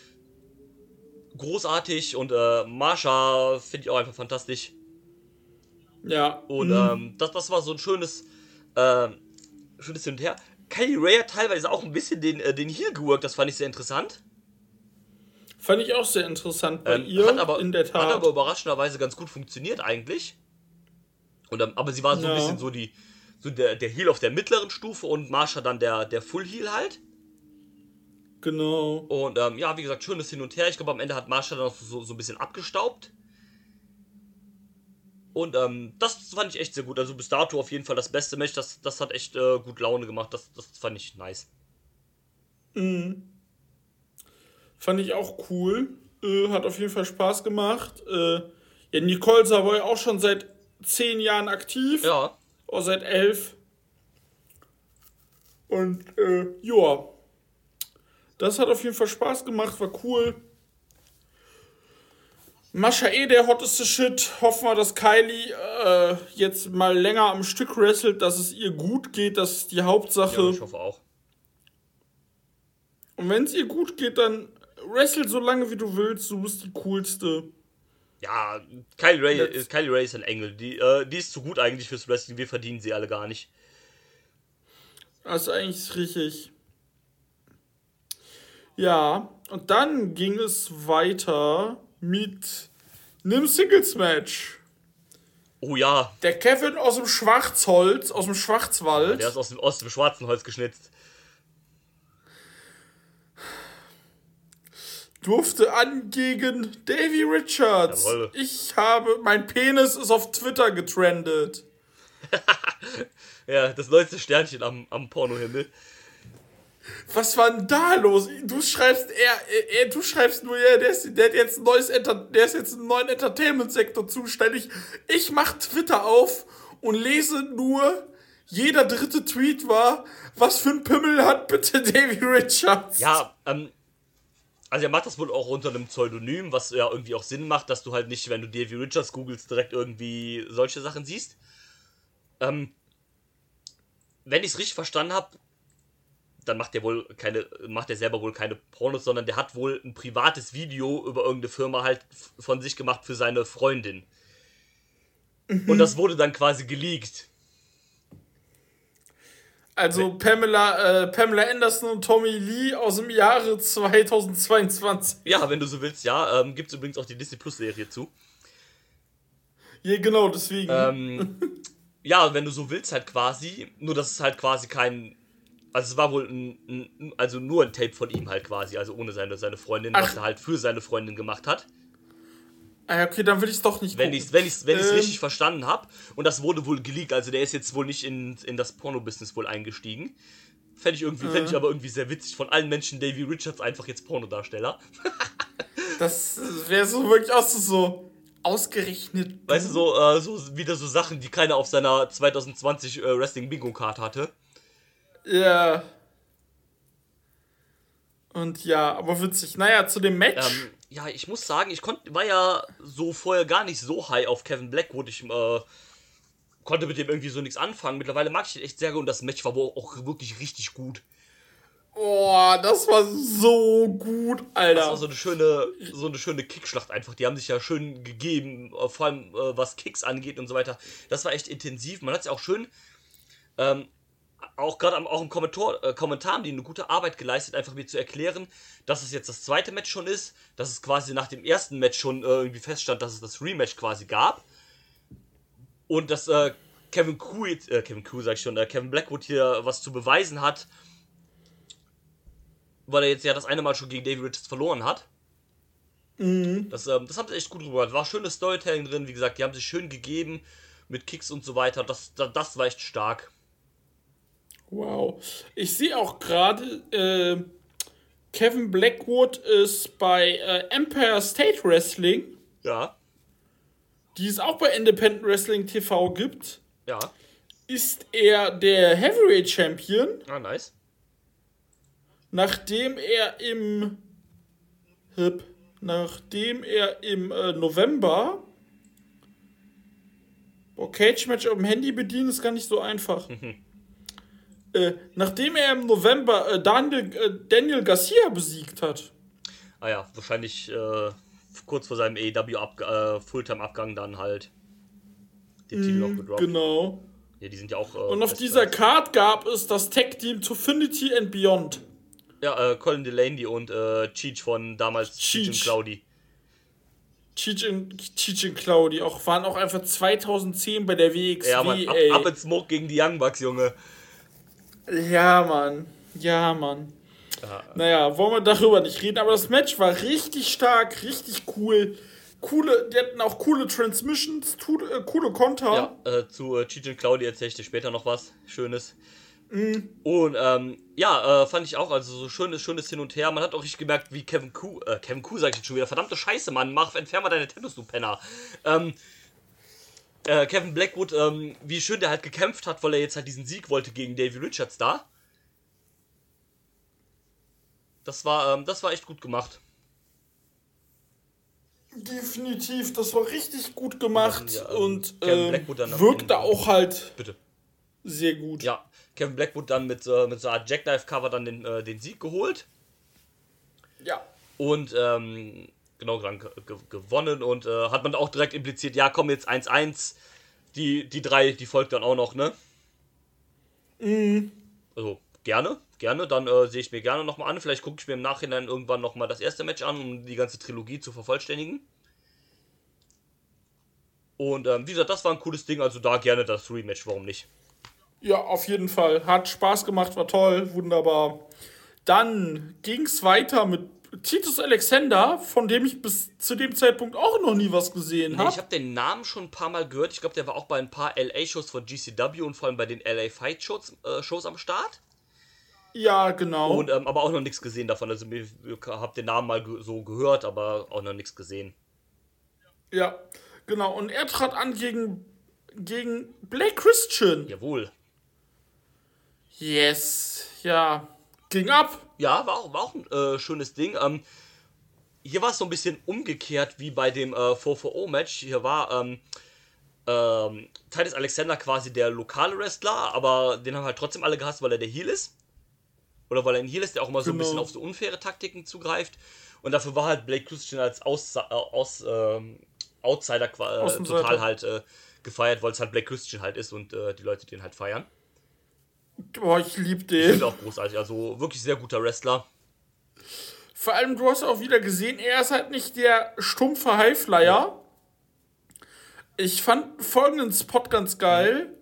S4: großartig und Marsha finde ich auch einfach fantastisch.
S3: Ja.
S4: Und das war so ein schönes Hin und Her. Kylie Ray hat teilweise auch ein bisschen den Heel geworkt, das fand ich sehr interessant.
S3: Fand ich auch sehr interessant bei ihr, in der Tat.
S4: Hat aber überraschenderweise ganz gut funktioniert eigentlich. Und, aber sie war so ein bisschen der Heel auf der mittleren Stufe und Marsha dann der Full Heel halt.
S3: Genau.
S4: Und ja, wie gesagt, schönes Hin und Her. Ich glaube, am Ende hat Marsha dann noch so ein bisschen abgestaubt. Und das fand ich echt sehr gut. Also bis dato auf jeden Fall das beste Match. Das hat echt gut Laune gemacht. Das fand ich nice.
S3: Fand ich auch cool. Hat auf jeden Fall Spaß gemacht. Ja, Nicole Savoy auch schon seit 10 Jahren aktiv.
S4: Ja.
S3: Oder seit 11. Und ja, das hat auf jeden Fall Spaß gemacht, war cool. Mascha der hotteste Shit. Hoffen wir, dass Kylie jetzt mal länger am Stück wrestelt, dass es ihr gut geht, das ist die Hauptsache.
S4: Ja, ich hoffe auch.
S3: Und wenn es ihr gut geht, dann wrestle so lange wie du willst, du bist die coolste.
S4: Ja, Kylie Ray ist ein Engel. Die ist zu gut eigentlich fürs Wrestling, wir verdienen sie alle gar nicht.
S3: Das ist eigentlich richtig. Ja, und dann ging es weiter mit einem Singles-Match.
S4: Oh ja.
S3: Der Kevin aus dem Schwarzwald.
S4: Ja, der ist aus dem schwarzen Holz geschnitzt.
S3: Durfte an gegen Davey Richards.
S4: Jawohl.
S3: Mein Penis ist auf Twitter getrendet.
S4: Ja, das neueste Sternchen am Pornohimmel.
S3: Was war denn da los? Du schreibst du schreibst nur, ja, der ist jetzt im neuen Entertainment-Sektor zuständig. Ich mach Twitter auf und lese nur, jeder dritte Tweet war, was für ein Pimmel hat bitte Davey Richards?
S4: Ja, also er macht das wohl auch unter einem Pseudonym, was ja irgendwie auch Sinn macht, dass du halt nicht, wenn du Davey Richards googelst, direkt irgendwie solche Sachen siehst. Wenn ich es richtig verstanden habe, dann macht er selber wohl keine Pornos, sondern der hat wohl ein privates Video über irgendeine Firma halt von sich gemacht für seine Freundin. Und das wurde dann quasi geleakt.
S3: Also Pamela Anderson und Tommy Lee aus dem Jahre 2022.
S4: Ja, wenn du so willst, ja. Gibt es übrigens auch die Disney Plus Serie zu.
S3: Ja, genau, deswegen.
S4: Ja, wenn du so willst halt quasi, nur dass es halt quasi also es war wohl nur ein Tape von ihm halt quasi, also ohne seine Freundin, was er halt für seine Freundin gemacht hat.
S3: Okay, dann will ich es doch nicht
S4: gucken. Wenn ich's richtig verstanden habe, und das wurde wohl geleakt, also der ist jetzt wohl nicht in das Porno-Business wohl eingestiegen. Fände ich aber irgendwie sehr witzig, von allen Menschen Davey Richards einfach jetzt Pornodarsteller.
S3: Das wäre so wirklich auch so ausgerechnet.
S4: Weißt du, so wieder so Sachen, die keiner auf seiner 2020 Wrestling-Bingo-Card hatte.
S3: Ja. Und ja, aber witzig. Naja, zu dem Match.
S4: Ja, ich muss sagen, war ja so vorher gar nicht so high auf Kevin Blackwood. Ich konnte mit dem irgendwie so nichts anfangen. Mittlerweile mag ich den echt sehr gut und das Match war wohl auch wirklich richtig gut.
S3: Oh, das war so gut, Alter.
S4: Das war so eine schöne Kickschlacht einfach. Die haben sich ja schön gegeben, vor allem was Kicks angeht und so weiter. Das war echt intensiv. Man hat es ja auch schön, auch gerade auch im Kommentar haben die eine gute Arbeit geleistet, einfach mir zu erklären, dass es jetzt das zweite Match schon ist, dass es quasi nach dem ersten Match schon irgendwie feststand, dass es das Rematch quasi gab. Und dass Kevin Blackwood hier was zu beweisen hat, weil er jetzt ja das eine Mal schon gegen Davey Richards verloren hat. Mhm. Das haben sie echt gut rüber. War schönes Storytelling drin, wie gesagt, die haben sich schön gegeben mit Kicks und so weiter. Das war echt stark.
S3: Wow. Ich sehe auch gerade, Kevin Blackwood ist bei Empire State Wrestling.
S4: Ja.
S3: Die es auch bei Independent Wrestling TV gibt.
S4: Ja.
S3: Ist er der Heavyweight Champion.
S4: Ah, nice.
S3: Nachdem er im November Cage-Match auf dem Handy bedienen ist gar nicht so einfach. Nachdem er im November Daniel Garcia besiegt hat.
S4: Ah ja, wahrscheinlich kurz vor seinem AEW Fulltime-Abgang dann halt den Titel noch gedroppt.
S3: Genau.
S4: Ja, die sind ja auch...
S3: und auf dieser Card gab es das Tag-Team Twofinity and Beyond.
S4: Ja, Colin Delaney und Cheech von damals Cheech und Claudi.
S3: Cheech und Claudi waren auch einfach 2010 bei der WXW.
S4: Ja, Mann, ab in Smoke gegen die Young Bucks, Junge.
S3: Ja, Mann. Ja. Naja, wollen wir darüber nicht reden, aber das Match war richtig stark, richtig cool. Die hatten auch coole Transmissions, coole Konter.
S4: Ja, zu Cheech und Claudi erzähle ich dir später noch was Schönes. Und fand ich auch, also so schönes Hin und Her. Man hat auch richtig gemerkt, wie Kevin Koo sag ich jetzt schon wieder, verdammte Scheiße, Mann, entfern mal deine Tattoos, du Penner. Kevin Blackwood, wie schön der halt gekämpft hat, weil er jetzt halt diesen Sieg wollte gegen Davey Richards da. Das war echt gut gemacht.
S3: Definitiv, das war richtig gut gemacht
S4: Ja,
S3: und
S4: Kevin Blackwood dann
S3: wirkte auch halt
S4: bitte.
S3: sehr gut.
S4: Ja, Kevin Blackwood dann mit so einer Art Jackknife-Cover dann den Sieg geholt.
S3: Ja.
S4: Und genau, dann gewonnen und hat man auch direkt impliziert, ja komm jetzt 1-1, die 3, die folgt dann auch noch, ne? Also gerne, dann sehe ich mir gerne nochmal an, vielleicht gucke ich mir im Nachhinein irgendwann nochmal das erste Match an, um die ganze Trilogie zu vervollständigen. Und wie gesagt, das war ein cooles Ding, also da gerne das Rematch, warum nicht?
S3: Ja, auf jeden Fall. Hat Spaß gemacht, war toll, wunderbar. Dann ging es weiter mit Titus Alexander, von dem ich bis zu dem Zeitpunkt auch noch nie was gesehen habe.
S4: Ich habe den Namen schon ein paar Mal gehört. Ich glaube, der war auch bei ein paar LA-Shows von GCW und vor allem bei den LA Fight-Shows am Start.
S3: Ja, genau.
S4: Und aber auch noch nichts gesehen davon. Also ich habe den Namen mal so gehört, aber auch noch nichts gesehen.
S3: Ja, genau. Und er trat an gegen Blake Christian.
S4: Jawohl.
S3: Yes. Ja. Ging ab.
S4: Ja, war auch ein schönes Ding. Hier war es so ein bisschen umgekehrt wie bei dem 4-4-0-Match. Hier war Titus Alexander quasi der lokale Wrestler, aber den haben halt trotzdem alle gehasst, weil er der Heel ist. Oder weil er ein Heel ist, der auch immer so ein bisschen auf so unfaire Taktiken zugreift. Und dafür war halt Blake Christian als Outsider total halt gefeiert, weil es halt Blake Christian halt ist und die Leute den halt feiern.
S3: Boah, ich lieb
S4: Ich
S3: den.
S4: finde auch großartig, also wirklich sehr guter Wrestler.
S3: Vor allem, du hast auch wieder gesehen, er ist halt nicht der stumpfe Highflyer. Ich fand folgenden Spot ganz geil.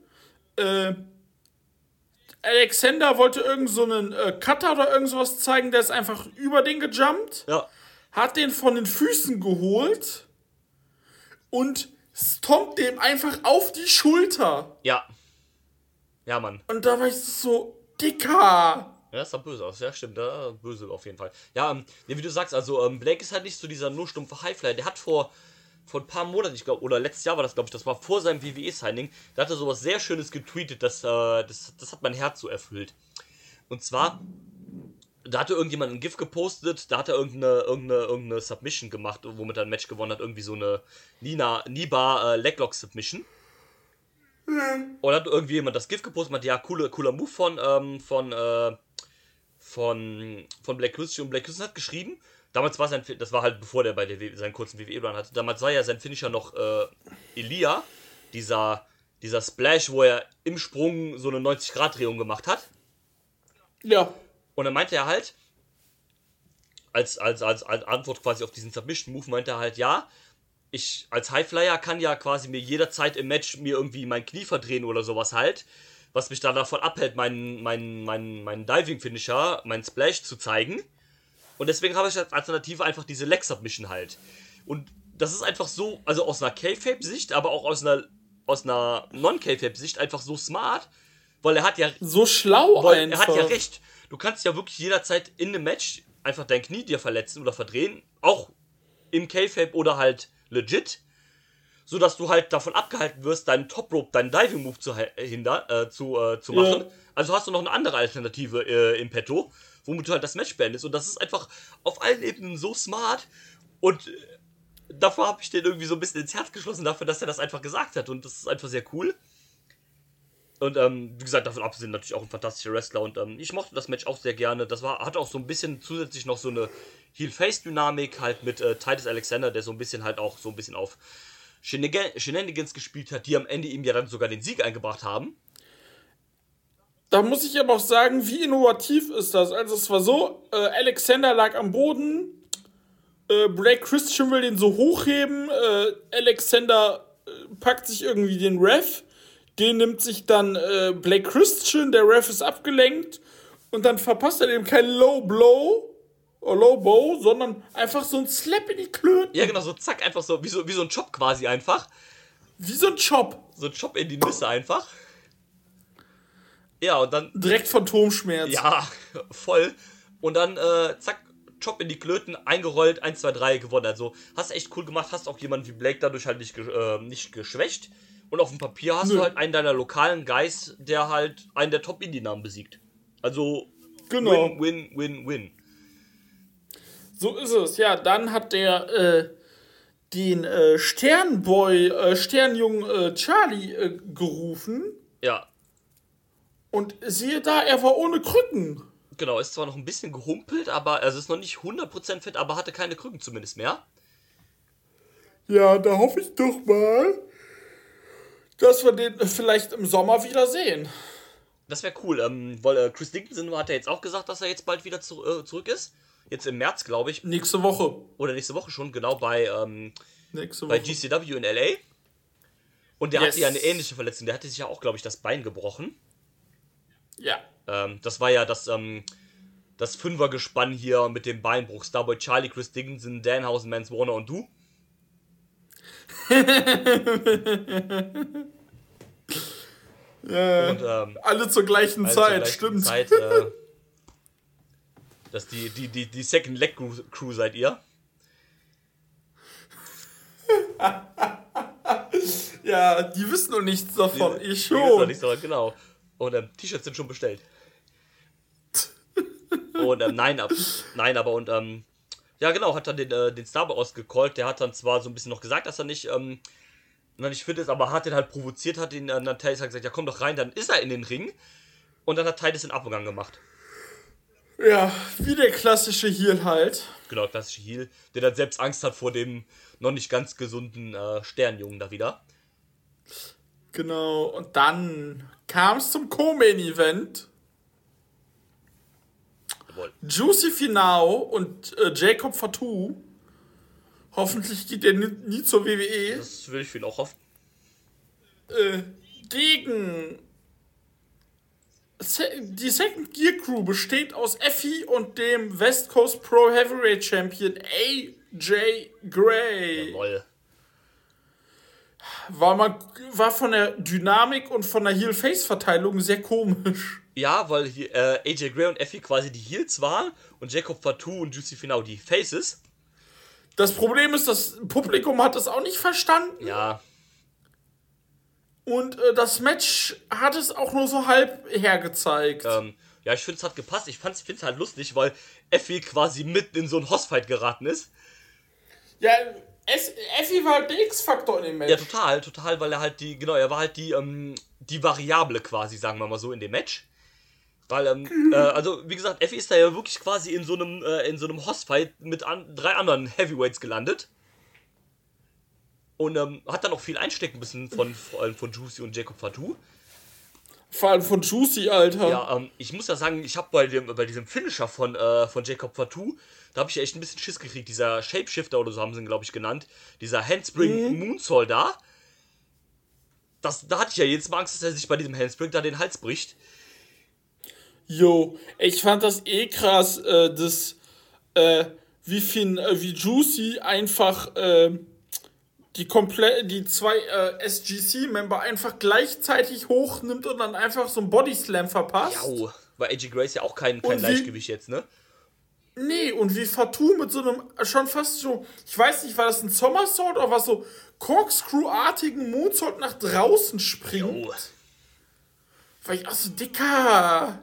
S3: Alexander wollte irgend so einen Cutter oder irgend sowas zeigen, der ist einfach über den gejumpt.
S4: Ja.
S3: Hat den von den Füßen geholt und stompt dem einfach auf die Schulter.
S4: Ja. Ja, Mann.
S3: Und da war ich so, Dicker.
S4: Ja, das sah böse aus. Ja, stimmt. Ja, böse auf jeden Fall. Ja, wie du sagst, also Blake ist halt nicht so dieser nur stumpfe Highflyer. Der hat vor ein paar Monaten, ich glaube, oder letztes Jahr war das, glaube ich, das war vor seinem WWE-Signing, da hat er sowas sehr Schönes getweetet, das hat mein Herz so erfüllt. Und zwar, da hatte irgendjemand ein GIF gepostet, da hat er irgendeine Submission gemacht, womit er ein Match gewonnen hat, irgendwie so eine Nibar Leglock Submission. Und dann hat irgendwie jemand das GIF gepostet und meinte, ja, cooler Move von Blake Christian. Und Blake Christian hat geschrieben, damals war das war halt bevor der bei der seinen kurzen WWE-Run hatte, damals war ja sein Finisher noch Elia, dieser Splash, wo er im Sprung so eine 90-Grad-Drehung gemacht hat.
S3: Ja.
S4: Und dann meinte er halt, als Antwort quasi auf diesen Submission-Move, meinte er halt, ja, ich als Highflyer kann ja quasi mir jederzeit im Match mir irgendwie mein Knie verdrehen oder sowas halt, was mich dann davon abhält, meinen Diving-Finisher, meinen Splash zu zeigen. Und deswegen habe ich als Alternative einfach diese Leg-Submission halt. Und das ist einfach so, also aus einer K-Fape-Sicht, aber auch aus einer Non-K-Fape-Sicht einfach so smart, weil er hat ja...
S3: So schlau
S4: Er hat ja recht. Du kannst ja wirklich jederzeit in einem Match einfach dein Knie dir verletzen oder verdrehen, auch im K-Fape oder halt legit, sodass du halt davon abgehalten wirst, deinen Top-Rope, deinen Diving-Move zu machen. Ja. Also hast du noch eine andere Alternative im Petto, womit du halt das Match beendest. Und das ist einfach auf allen Ebenen so smart. Und davor habe ich den irgendwie so ein bisschen ins Herz geschlossen, dafür, dass er das einfach gesagt hat. Und das ist einfach sehr cool. Und wie gesagt, davon abgesehen natürlich auch ein fantastischer Wrestler. Und ich mochte das Match auch sehr gerne. Das hat auch so ein bisschen zusätzlich noch so eine Heel-Face-Dynamik halt mit Titus Alexander, der so ein bisschen halt auch so ein bisschen auf Shenanigans gespielt hat, die am Ende ihm ja dann sogar den Sieg eingebracht haben.
S3: Da muss ich aber auch sagen, wie innovativ ist das? Also es war so, Alexander lag am Boden, Blake Christian will den so hochheben, Alexander packt sich irgendwie den Ref, den nimmt sich dann Blake Christian, der Ref ist abgelenkt und dann verpasst er dem kein Low Bow, sondern einfach so ein Slap in die Klöten.
S4: Ja genau, so zack, einfach so, wie so ein Chop quasi einfach.
S3: Wie so ein Chop.
S4: So ein Chop in die Nüsse einfach. Ja, und dann...
S3: Direkt Phantomschmerz.
S4: Ja, voll. Und dann, zack, Chop in die Klöten, eingerollt, 1, 2, 3, gewonnen. Also, hast echt cool gemacht, hast auch jemanden wie Blake dadurch halt nicht geschwächt. Und auf dem Papier hast du halt einen deiner lokalen Guys, der halt einen der Top-Indie-Namen besiegt. Also,
S3: genau.
S4: Win.
S3: So ist es, ja. Dann hat der den Sternjungen Charlie gerufen.
S4: Ja.
S3: Und siehe da, er war ohne Krücken.
S4: Genau, ist zwar noch ein bisschen gehumpelt, aber also ist noch nicht 100% fit, aber hatte keine Krücken zumindest mehr.
S3: Ja, da hoffe ich doch mal, dass wir den vielleicht im Sommer wieder sehen.
S4: Das wäre cool, weil Chris Dickinson hat ja jetzt auch gesagt, dass er jetzt bald wieder zurück ist. Jetzt im März, glaube ich.
S3: Nächste Woche.
S4: Oder nächste Woche schon, genau, bei
S3: Woche.
S4: GCW in LA. Und der hatte ja eine ähnliche Verletzung. Der hatte sich ja auch, glaube ich, das Bein gebrochen.
S3: Ja.
S4: Das war ja das Fünfergespann hier mit dem Beinbruch. Starboy Charlie, Chris Dickinson, Danhausen, Mance Warner und du.
S3: Ja,
S4: und,
S3: alle zur gleichen Zeit, stimmt.
S4: Dass die Second Leg Crew seid ihr.
S3: Ja, die wissen noch nichts davon. Ich schon.
S4: Die wissen noch nichts davon, genau. Und T-Shirts sind schon bestellt. Und ja genau, hat dann den Starboy ausgecallt. Der hat dann zwar so ein bisschen noch gesagt, dass er nicht fit ist, aber hat den halt provoziert, hat ihn dann Titus gesagt, ja komm doch rein, dann ist er in den Ring. Und dann hat Titus den Abgang gemacht.
S3: Ja, wie der klassische Heel halt.
S4: Genau, klassische Heel, der dann selbst Angst hat vor dem noch nicht ganz gesunden Sternjungen da wieder.
S3: Genau, und dann kam es zum Co-Main-Event.
S4: Jawohl.
S3: Juicy Finau und Jacob Fatu. Hoffentlich geht der nie zur WWE.
S4: Das will ich für ihn auch hoffen.
S3: Gegen die Second Gear Crew besteht aus Effie und dem West Coast Pro Heavyweight Champion AJ Gray.
S4: Jawohl.
S3: War von der Dynamik und von der Heel-Face-Verteilung sehr komisch.
S4: Ja, weil hier, AJ Gray und Effie quasi die Heels waren und Jacob Fatu und Juicy Finau die Faces.
S3: Das Problem ist, das Publikum hat das auch nicht verstanden.
S4: Ja.
S3: Und das Match hat es auch nur so halb hergezeigt.
S4: Ja, ich finde, es hat gepasst. Ich finde es halt lustig, weil Effie quasi mitten in so einen Hossfight geraten ist.
S3: Ja, Effie war halt der X-Faktor in dem Match.
S4: Ja, total, weil er war halt die Variable quasi, sagen wir mal so, in dem Match. Weil, also, wie gesagt, Effie ist da ja wirklich quasi in so einem Hossfight mit 3 anderen Heavyweights gelandet. Und hat dann auch viel einstecken müssen von Juicy und Jacob Fatu.
S3: Vor allem von Juicy, Alter.
S4: Ja, ich muss ja sagen, ich habe bei diesem Finisher von Jacob Fatu, da habe ich ja echt ein bisschen Schiss gekriegt. Dieser Shapeshifter oder so haben sie ihn, glaube ich, genannt. Dieser Handspring Moonsault da. Da hatte ich ja jedes Mal Angst, dass er sich bei diesem Handspring da den Hals bricht.
S3: Jo, ich fand das krass, wie Juicy einfach die zwei SGC-Member einfach gleichzeitig hochnimmt und dann einfach so einen Bodyslam verpasst.
S4: Ja, weil AJ Gray ist ja auch kein Leichtgewicht jetzt, ne?
S3: Nee, und wie Fatu mit so einem schon fast so, ich weiß nicht, war das ein Somersault oder was, so Corkscrew-artigen Moonsault nach draußen springt.
S4: Jo.
S3: War ich auch so, Dicker.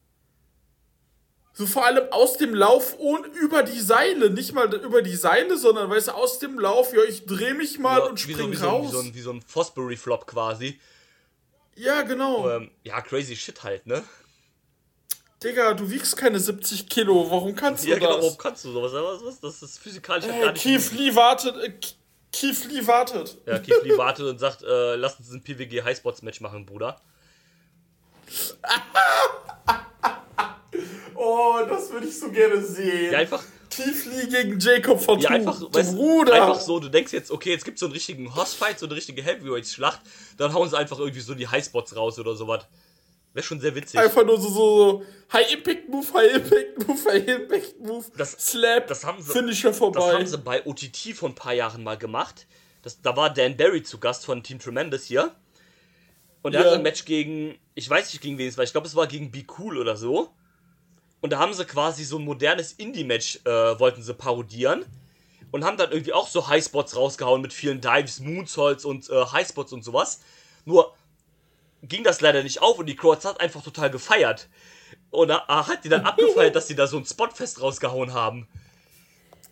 S3: So vor allem aus dem Lauf und über die Seile. Nicht mal über die Seile, sondern, weißt du, aus dem Lauf, ja, ich dreh mich mal und spring raus.
S4: Wie so ein Fosbury-Flop quasi.
S3: Ja, genau.
S4: Ja, crazy shit halt, ne?
S3: Digga, du wiegst keine 70 Kilo. Warum kannst du das?
S4: Ja, genau, warum kannst du sowas? Das ist physikalisch gar nicht.
S3: Keith Lee wartet.
S4: Ja, Keith Lee wartet und sagt, lass uns ein PWG Highspots-Match machen, Bruder.
S3: Oh, das würde ich so gerne sehen.
S4: Ja, einfach.
S3: Keith Lee gegen Jacob Fatu.
S4: Ja, einfach,
S3: Bruder.
S4: Einfach so, du denkst jetzt, okay, jetzt gibt's so einen richtigen Hossfight, so eine richtige Heavyweight-Schlacht, dann hauen sie einfach irgendwie so die Highspots raus oder sowas. Wäre schon sehr witzig.
S3: Einfach nur so High-Impact-Move, High-Impact-Move, High-Impact-Move, Slap, Finisher vorbei.
S4: Das haben sie bei OTT vor ein paar Jahren mal gemacht. Da war Dan Barry zu Gast von Team Tremendous hier. Und er hatte ein Match gegen, ich weiß nicht gegen wen es war, ich glaube es war gegen Be Cool oder so. Und da haben sie quasi so ein modernes Indie-Match, wollten sie parodieren. Und haben dann irgendwie auch so Highspots rausgehauen mit vielen Dives, Moonsaults und Highspots und sowas. Nur ging das leider nicht auf und die Crowd hat einfach total gefeiert. Und hat die dann abgefeiert, dass die da so ein Spotfest rausgehauen haben.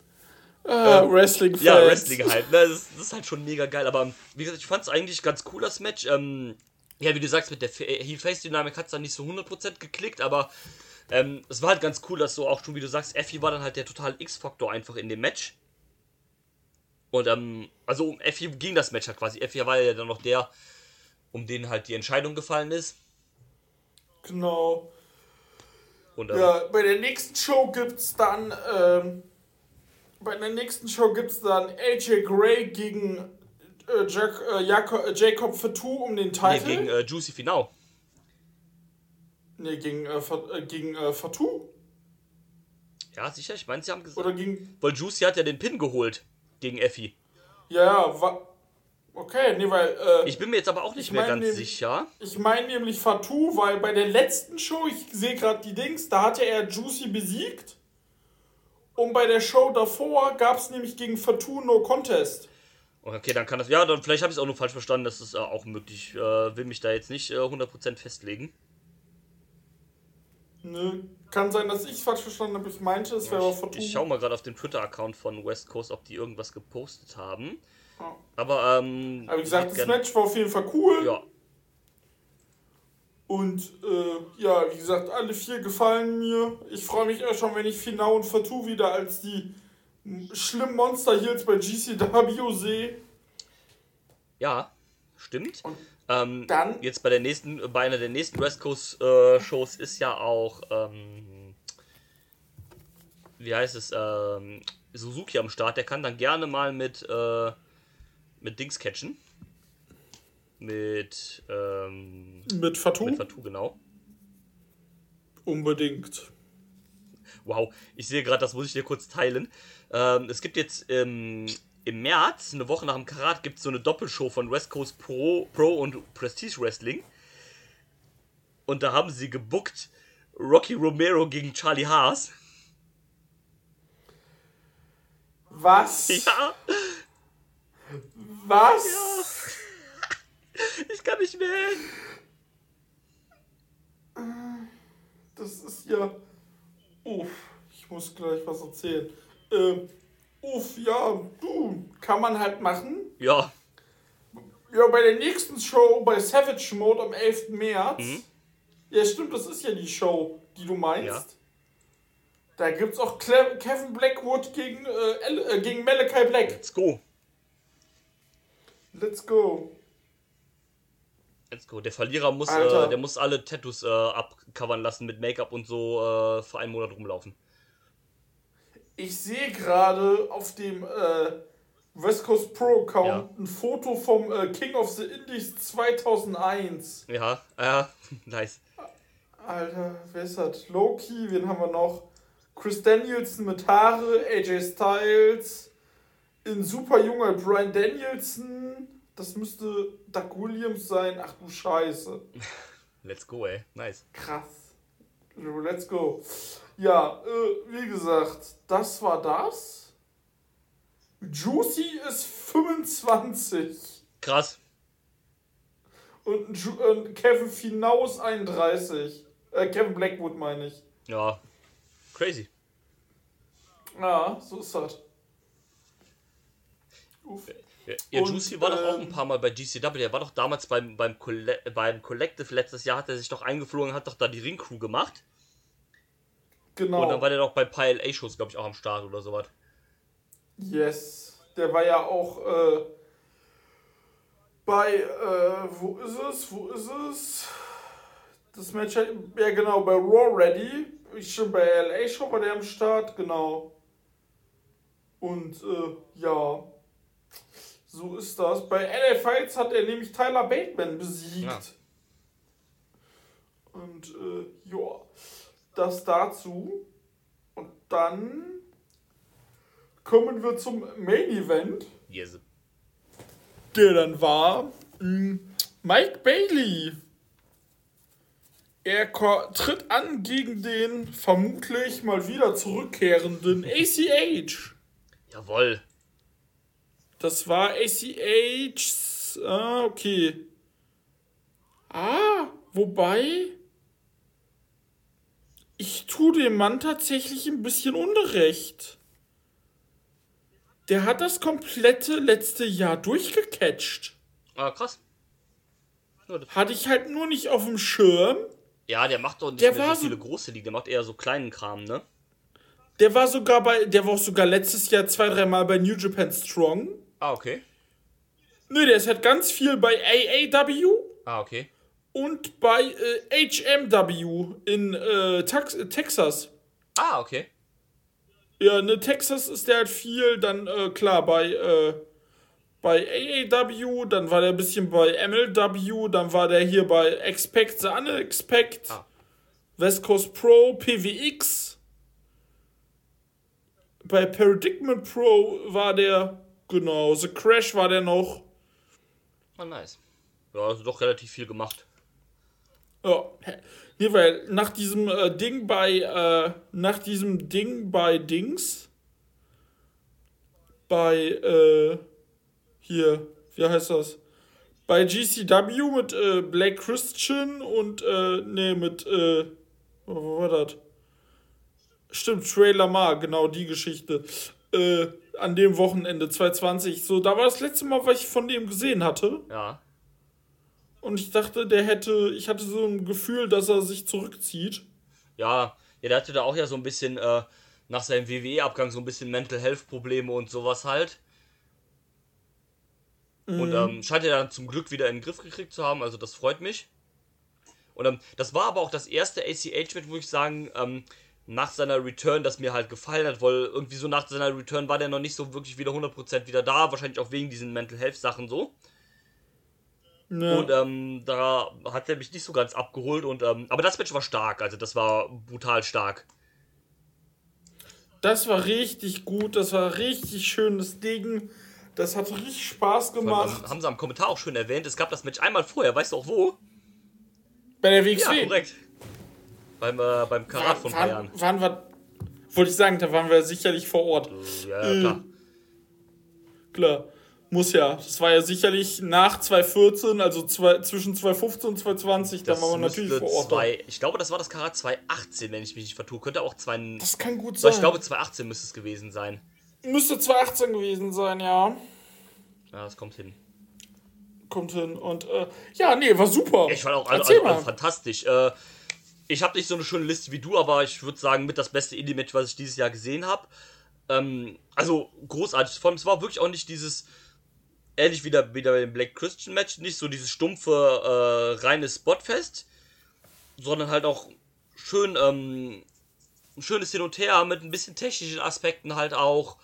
S3: Wrestling-Fans.
S4: Ja, Wrestling halt. Ne? Das ist halt schon mega geil. Aber wie gesagt, ich fand es eigentlich ganz cool, das Match. Ja, wie du sagst, mit der Heel-Face-Dynamik hat es dann nicht so 100% geklickt, aber es war halt ganz cool, dass so auch schon, wie du sagst, Effie war dann halt der totale X-Faktor einfach in dem Match. Und also um Effie ging das Match halt quasi. Effie war ja dann noch der, um den halt die Entscheidung gefallen ist.
S3: Genau.
S4: Und,
S3: ja, bei der nächsten Show gibt's dann AJ Gray gegen Jacob Fatu um den Titel.
S4: Nee, gegen Juicy Finau.
S3: Nee, gegen Fatu.
S4: Ja, sicher, ich meine, sie haben gesagt.
S3: Oder gegen...
S4: Weil Juicy hat ja den Pin geholt gegen Effie.
S3: Ja, okay, nee, weil...
S4: ich bin mir jetzt aber auch nicht mehr ganz sicher.
S3: Ich meine nämlich Fatu, weil bei der letzten Show, ich sehe gerade die Dings, da hat ja er Juicy besiegt. Und bei der Show davor gab es nämlich gegen Fatu No Contest.
S4: Okay, dann kann das... Ja, dann vielleicht habe ich es auch nur falsch verstanden, das ist auch möglich. Will mich da jetzt nicht 100% festlegen.
S3: Nö, kann sein, dass ich es falsch verstanden habe. Ich meinte, es wäre aber Fatu.
S4: Ich schau mal gerade auf den Twitter-Account von West Coast, ob die irgendwas gepostet haben.
S3: Ja.
S4: Aber
S3: wie gesagt, das Match war auf jeden Fall cool.
S4: Ja.
S3: Und ja, wie gesagt, alle 4 gefallen mir. Ich freue mich auch schon, wenn ich Finau und Fatu wieder als die schlimmen Monster hier jetzt bei GCW sehe.
S4: Ja, stimmt.
S3: Und dann
S4: jetzt bei einer der nächsten West Coast Shows ist ja auch wie heißt es, Suzuki am Start. Der kann dann gerne mal mit Dings catchen. Mit
S3: Fatu?
S4: Mit Fatu, genau.
S3: Unbedingt.
S4: Wow, ich sehe gerade, das muss ich dir kurz teilen. Es gibt jetzt im März, eine Woche nach dem Karat, gibt es so eine Doppelshow von West Coast Pro und Prestige Wrestling. Und da haben sie gebuckt Rocky Romero gegen Charlie Haas.
S3: Was?
S4: Ja.
S3: Was?
S4: Ja. Ich kann nicht mehr.
S3: Das ist ja... Uff, ich muss gleich was erzählen. Ja, kann man halt machen.
S4: Ja.
S3: Ja, bei der nächsten Show, bei Savage Mode am 11. März. Ja, stimmt, das ist ja die Show, die du meinst.
S4: Ja.
S3: Da gibt's auch Kevin Blackwood gegen Malachi Black.
S4: Let's go.
S3: Let's go.
S4: Let's go. Der Verlierer muss, der muss alle Tattoos abcovern lassen mit Make-up und so für einen Monat rumlaufen.
S3: Ich sehe gerade auf dem West Coast Pro Account ein Foto vom King of the Indies 2001.
S4: Ja, nice.
S3: Alter, wer ist das? Loki, wen haben wir noch? Chris Danielson mit Haare, AJ Styles, in super junger Bryan Danielson, das müsste Doug Williams sein. Ach du Scheiße.
S4: Let's go, ey. Nice.
S3: Krass. Let's go. Ja, wie gesagt, das war das. Juicy ist 25.
S4: Krass.
S3: Und Kevin Finau ist 31. Kevin Blackwood meine ich.
S4: Ja. Crazy.
S3: Ja, so ist das. Uff.
S4: Ja, Juicy war doch auch ein paar Mal bei GCW. Der war doch damals beim Collective letztes Jahr, hat er sich doch eingeflogen, hat doch da die Ringcrew gemacht.
S3: Genau.
S4: Und dann war der doch bei PLA-Shows, glaube ich, auch am Start oder sowas.
S3: Yes. Der war ja auch bei, wo ist es? Das Match, ja genau, bei Raw Ready. Schon bei LA-Show war der am Start, genau. Und, ja. So ist das. Bei LA Fights hat er nämlich Tyler Bateman besiegt.
S4: Ja.
S3: Und, ja. Das dazu. Und dann kommen wir zum Main Event.
S4: Yes.
S3: Der dann war Mike Bailey. Er tritt an gegen den vermutlich mal wieder zurückkehrenden ACH.
S4: Jawohl.
S3: Das war ACH. Okay. Wobei ich tue dem Mann tatsächlich ein bisschen Unrecht. Der hat das komplette letzte Jahr durchgecatcht.
S4: Ah, krass.
S3: Hatte ich halt nur nicht auf dem Schirm.
S4: Ja, der macht doch nicht mehr so viele große Ligen, der macht eher so kleinen Kram, ne?
S3: Der war auch sogar letztes Jahr 2-3 Mal bei New Japan Strong.
S4: Ah, okay.
S3: Nö, der ist halt ganz viel bei AAW.
S4: Ah, okay.
S3: Und bei HMW in Texas.
S4: Ah, okay.
S3: Ja, ne, Texas ist der halt viel, dann klar, bei AAW, dann war der ein bisschen bei MLW, dann war der hier bei Expect the Unexpect, West Coast Pro, PWX. Bei Paradigm Pro war der, genau, The Crash war der noch.
S4: Ah, nice. Ja, also doch relativ viel gemacht.
S3: Ja, nee, weil nach diesem Ding bei Dings, hier, wie heißt das? Bei GCW mit Black Christian und, wo war das? Stimmt, Trey Lamar, genau die Geschichte. An dem Wochenende 2020. So, da war das letzte Mal, was ich von dem gesehen hatte.
S4: Ja.
S3: Und ich dachte, ich hatte so ein Gefühl, dass er sich zurückzieht.
S4: Ja, der hatte da auch ja so ein bisschen, nach seinem WWE-Abgang so ein bisschen Mental Health-Probleme und sowas halt. Und scheint er dann zum Glück wieder in den Griff gekriegt zu haben, also das freut mich. Und das war aber auch das erste ACH-Match, wo ich sagen, nach seiner Return, das mir halt gefallen hat, weil irgendwie so nach seiner Return war der noch nicht so wirklich wieder 100% wieder da, wahrscheinlich auch wegen diesen Mental Health Sachen so. Ja. Und da hat er mich nicht so ganz abgeholt, aber das Match war stark, also das war brutal stark.
S3: Das war richtig gut, das war richtig schönes Ding, das hat richtig Spaß gemacht.
S4: Haben sie am Kommentar auch schön erwähnt, es gab das Match einmal vorher, weißt du auch wo?
S3: Bei der WXW?
S4: Ja, korrekt. Beim Karat von Bayern.
S3: Wollte ich sagen, da waren wir sicherlich vor Ort.
S4: Ja, klar.
S3: Klar, muss ja. Das war ja sicherlich nach 2014, also zwischen 2015 und 2020, da waren wir natürlich vor Ort.
S4: Ich glaube, das war das Karat 2018, wenn ich mich nicht vertue. Könnte auch
S3: Das kann gut sein.
S4: Ich glaube, 2018 müsste es gewesen sein.
S3: Müsste 2018 gewesen sein, ja.
S4: Ja, das kommt hin.
S3: Und, ja, nee, war super.
S4: Ich fand auch also fantastisch. Ich habe nicht so eine schöne Liste wie du, aber ich würde sagen, mit das beste Indie-Match, was ich dieses Jahr gesehen habe. Also großartig. Vor allem, es war wirklich auch nicht dieses, ähnlich wie bei dem Black Christian Match, nicht so dieses stumpfe, reine Spotfest, sondern halt auch schön, ein schönes Hin und Her mit ein bisschen technischen Aspekten halt auch.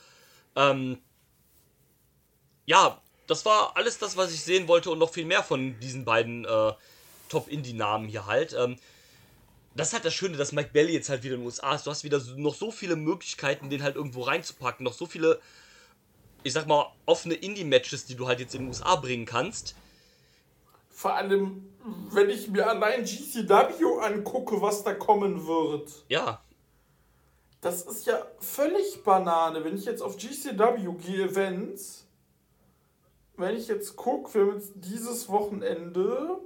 S4: Ja, das war alles das, was ich sehen wollte und noch viel mehr von diesen beiden Top-Indie-Namen hier halt. Das ist halt das Schöne, dass Mike Bailey jetzt halt wieder in den USA ist. Du hast wieder noch so viele Möglichkeiten, den halt irgendwo reinzupacken. Noch so viele, ich sag mal, offene Indie-Matches, die du halt jetzt in den USA bringen kannst.
S3: Vor allem, wenn ich mir allein GCW angucke, was da kommen wird.
S4: Ja.
S3: Das ist ja völlig Banane. Wenn ich jetzt auf GCW gehe, Events, wenn ich jetzt gucke, wir haben jetzt dieses Wochenende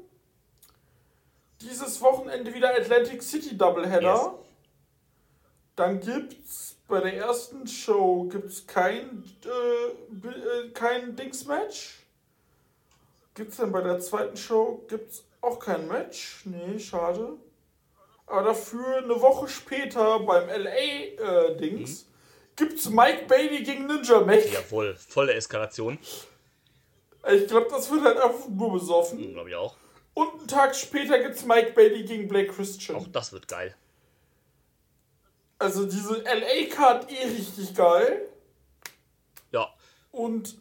S3: wieder Atlantic City Doubleheader. Yes. Dann gibt's bei der ersten Show kein Dings-Match. Gibt's dann bei der zweiten Show auch kein Match? Nee, schade. Aber dafür eine Woche später beim LA-Dings gibt's Mike Bailey gegen Ninja Mac.
S4: Jawohl, volle Eskalation.
S3: Ich glaube, das wird halt einfach nur besoffen.
S4: Glaube ich auch.
S3: Und einen Tag später gibt's Mike Bailey gegen Black Christian.
S4: Auch das wird geil.
S3: Also diese LA-Card richtig geil.
S4: Ja.
S3: Und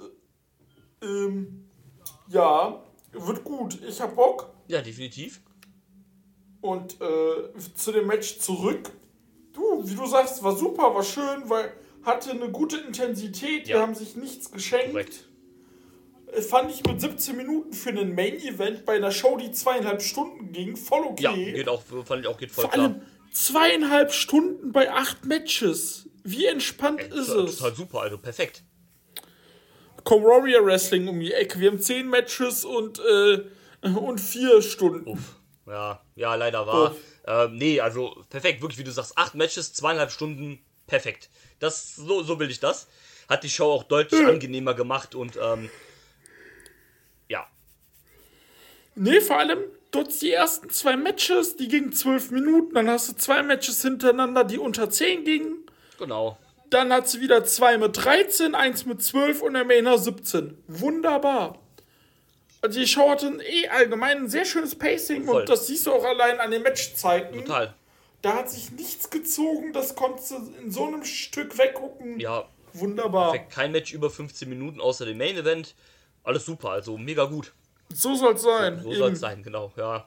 S3: ja, wird gut. Ich hab Bock.
S4: Ja, definitiv.
S3: Und zu dem Match zurück. Wie du sagst, war super, war schön, weil hatte eine gute Intensität. Ja. Die haben sich nichts geschenkt.
S4: Korrekt.
S3: Fand ich mit 17 Minuten für einen Main-Event bei einer Show, die 2,5 Stunden ging, voll okay.
S4: Ja, geht voll
S3: Vor
S4: klar.
S3: allem 2,5 Stunden bei 8 Matches. Wie entspannt ist es?
S4: Total super, also perfekt.
S3: Komm, Warrior Wrestling um die Ecke. Wir haben 10 Matches und 4 Stunden.
S4: Uff. Ja, leider war. Nee, also perfekt, wirklich, wie du sagst, 8 Matches, 2,5 Stunden, perfekt. So will ich das. hat die Show auch deutlich angenehmer gemacht und ja.
S3: Nee, vor allem dort die ersten 2 Matches, die gingen 12 Minuten, dann hast du 2 Matches hintereinander, die unter 10 gingen.
S4: Genau.
S3: Dann hat sie wieder 2 mit 13, 1 mit 12 und der Mainer 17. Wunderbar. Also die Show hatte allgemein ein sehr schönes Pacing
S4: Voll.
S3: und das siehst du auch allein an den Matchzeiten.
S4: Total.
S3: Da hat sich nichts gezogen, das konntest du in so einem Stück weggucken.
S4: Ja.
S3: Wunderbar.
S4: Perfekt. Kein Match über 15 Minuten außer dem Main Event. Alles super, also mega gut.
S3: So soll es sein.
S4: So soll es sein, genau, ja.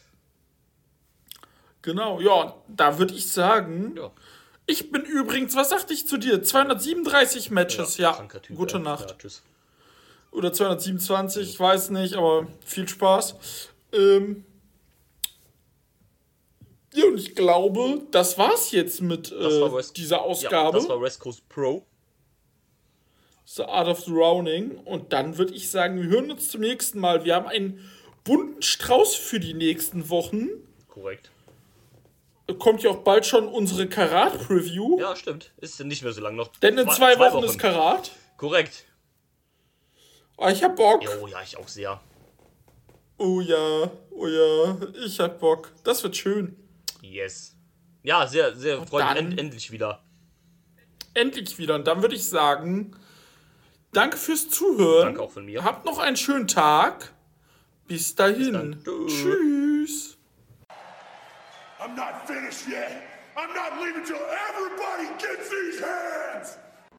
S3: Genau, ja, da würde ich sagen,
S4: Ja.
S3: ich bin übrigens, was sagte ich zu dir? 237 Matches, ja.
S4: Kranker Typ,
S3: Gute Nacht.
S4: Ja, tschüss.
S3: Oder 227, ich weiß nicht, aber viel Spaß. Ja, und ich glaube, das war's jetzt mit dieser Ausgabe.
S4: Ja, das war West Coast Pro.
S3: The Art of the Rounding. Und dann würde ich sagen, wir hören uns zum nächsten Mal. Wir haben einen bunten Strauß für die nächsten Wochen.
S4: Korrekt.
S3: Kommt ja auch bald schon unsere Karat-Preview.
S4: Ja, stimmt. Ist nicht mehr so lang noch.
S3: Denn in 2 Wochen ist Karat.
S4: Korrekt.
S3: Oh, ich hab Bock.
S4: Jo, ja, ich auch sehr.
S3: Oh ja, ich hab Bock. Das wird schön.
S4: Yes. Ja, sehr, sehr freundlich.
S3: dann-
S4: Endlich wieder.
S3: Endlich wieder. Und dann würde ich sagen, danke fürs Zuhören.
S4: Danke auch von mir.
S3: Habt noch einen schönen Tag. Bis dahin.
S4: dann.
S3: Tschüss.
S2: I'm not finished yet. I'm not leaving till everybody gets these hands.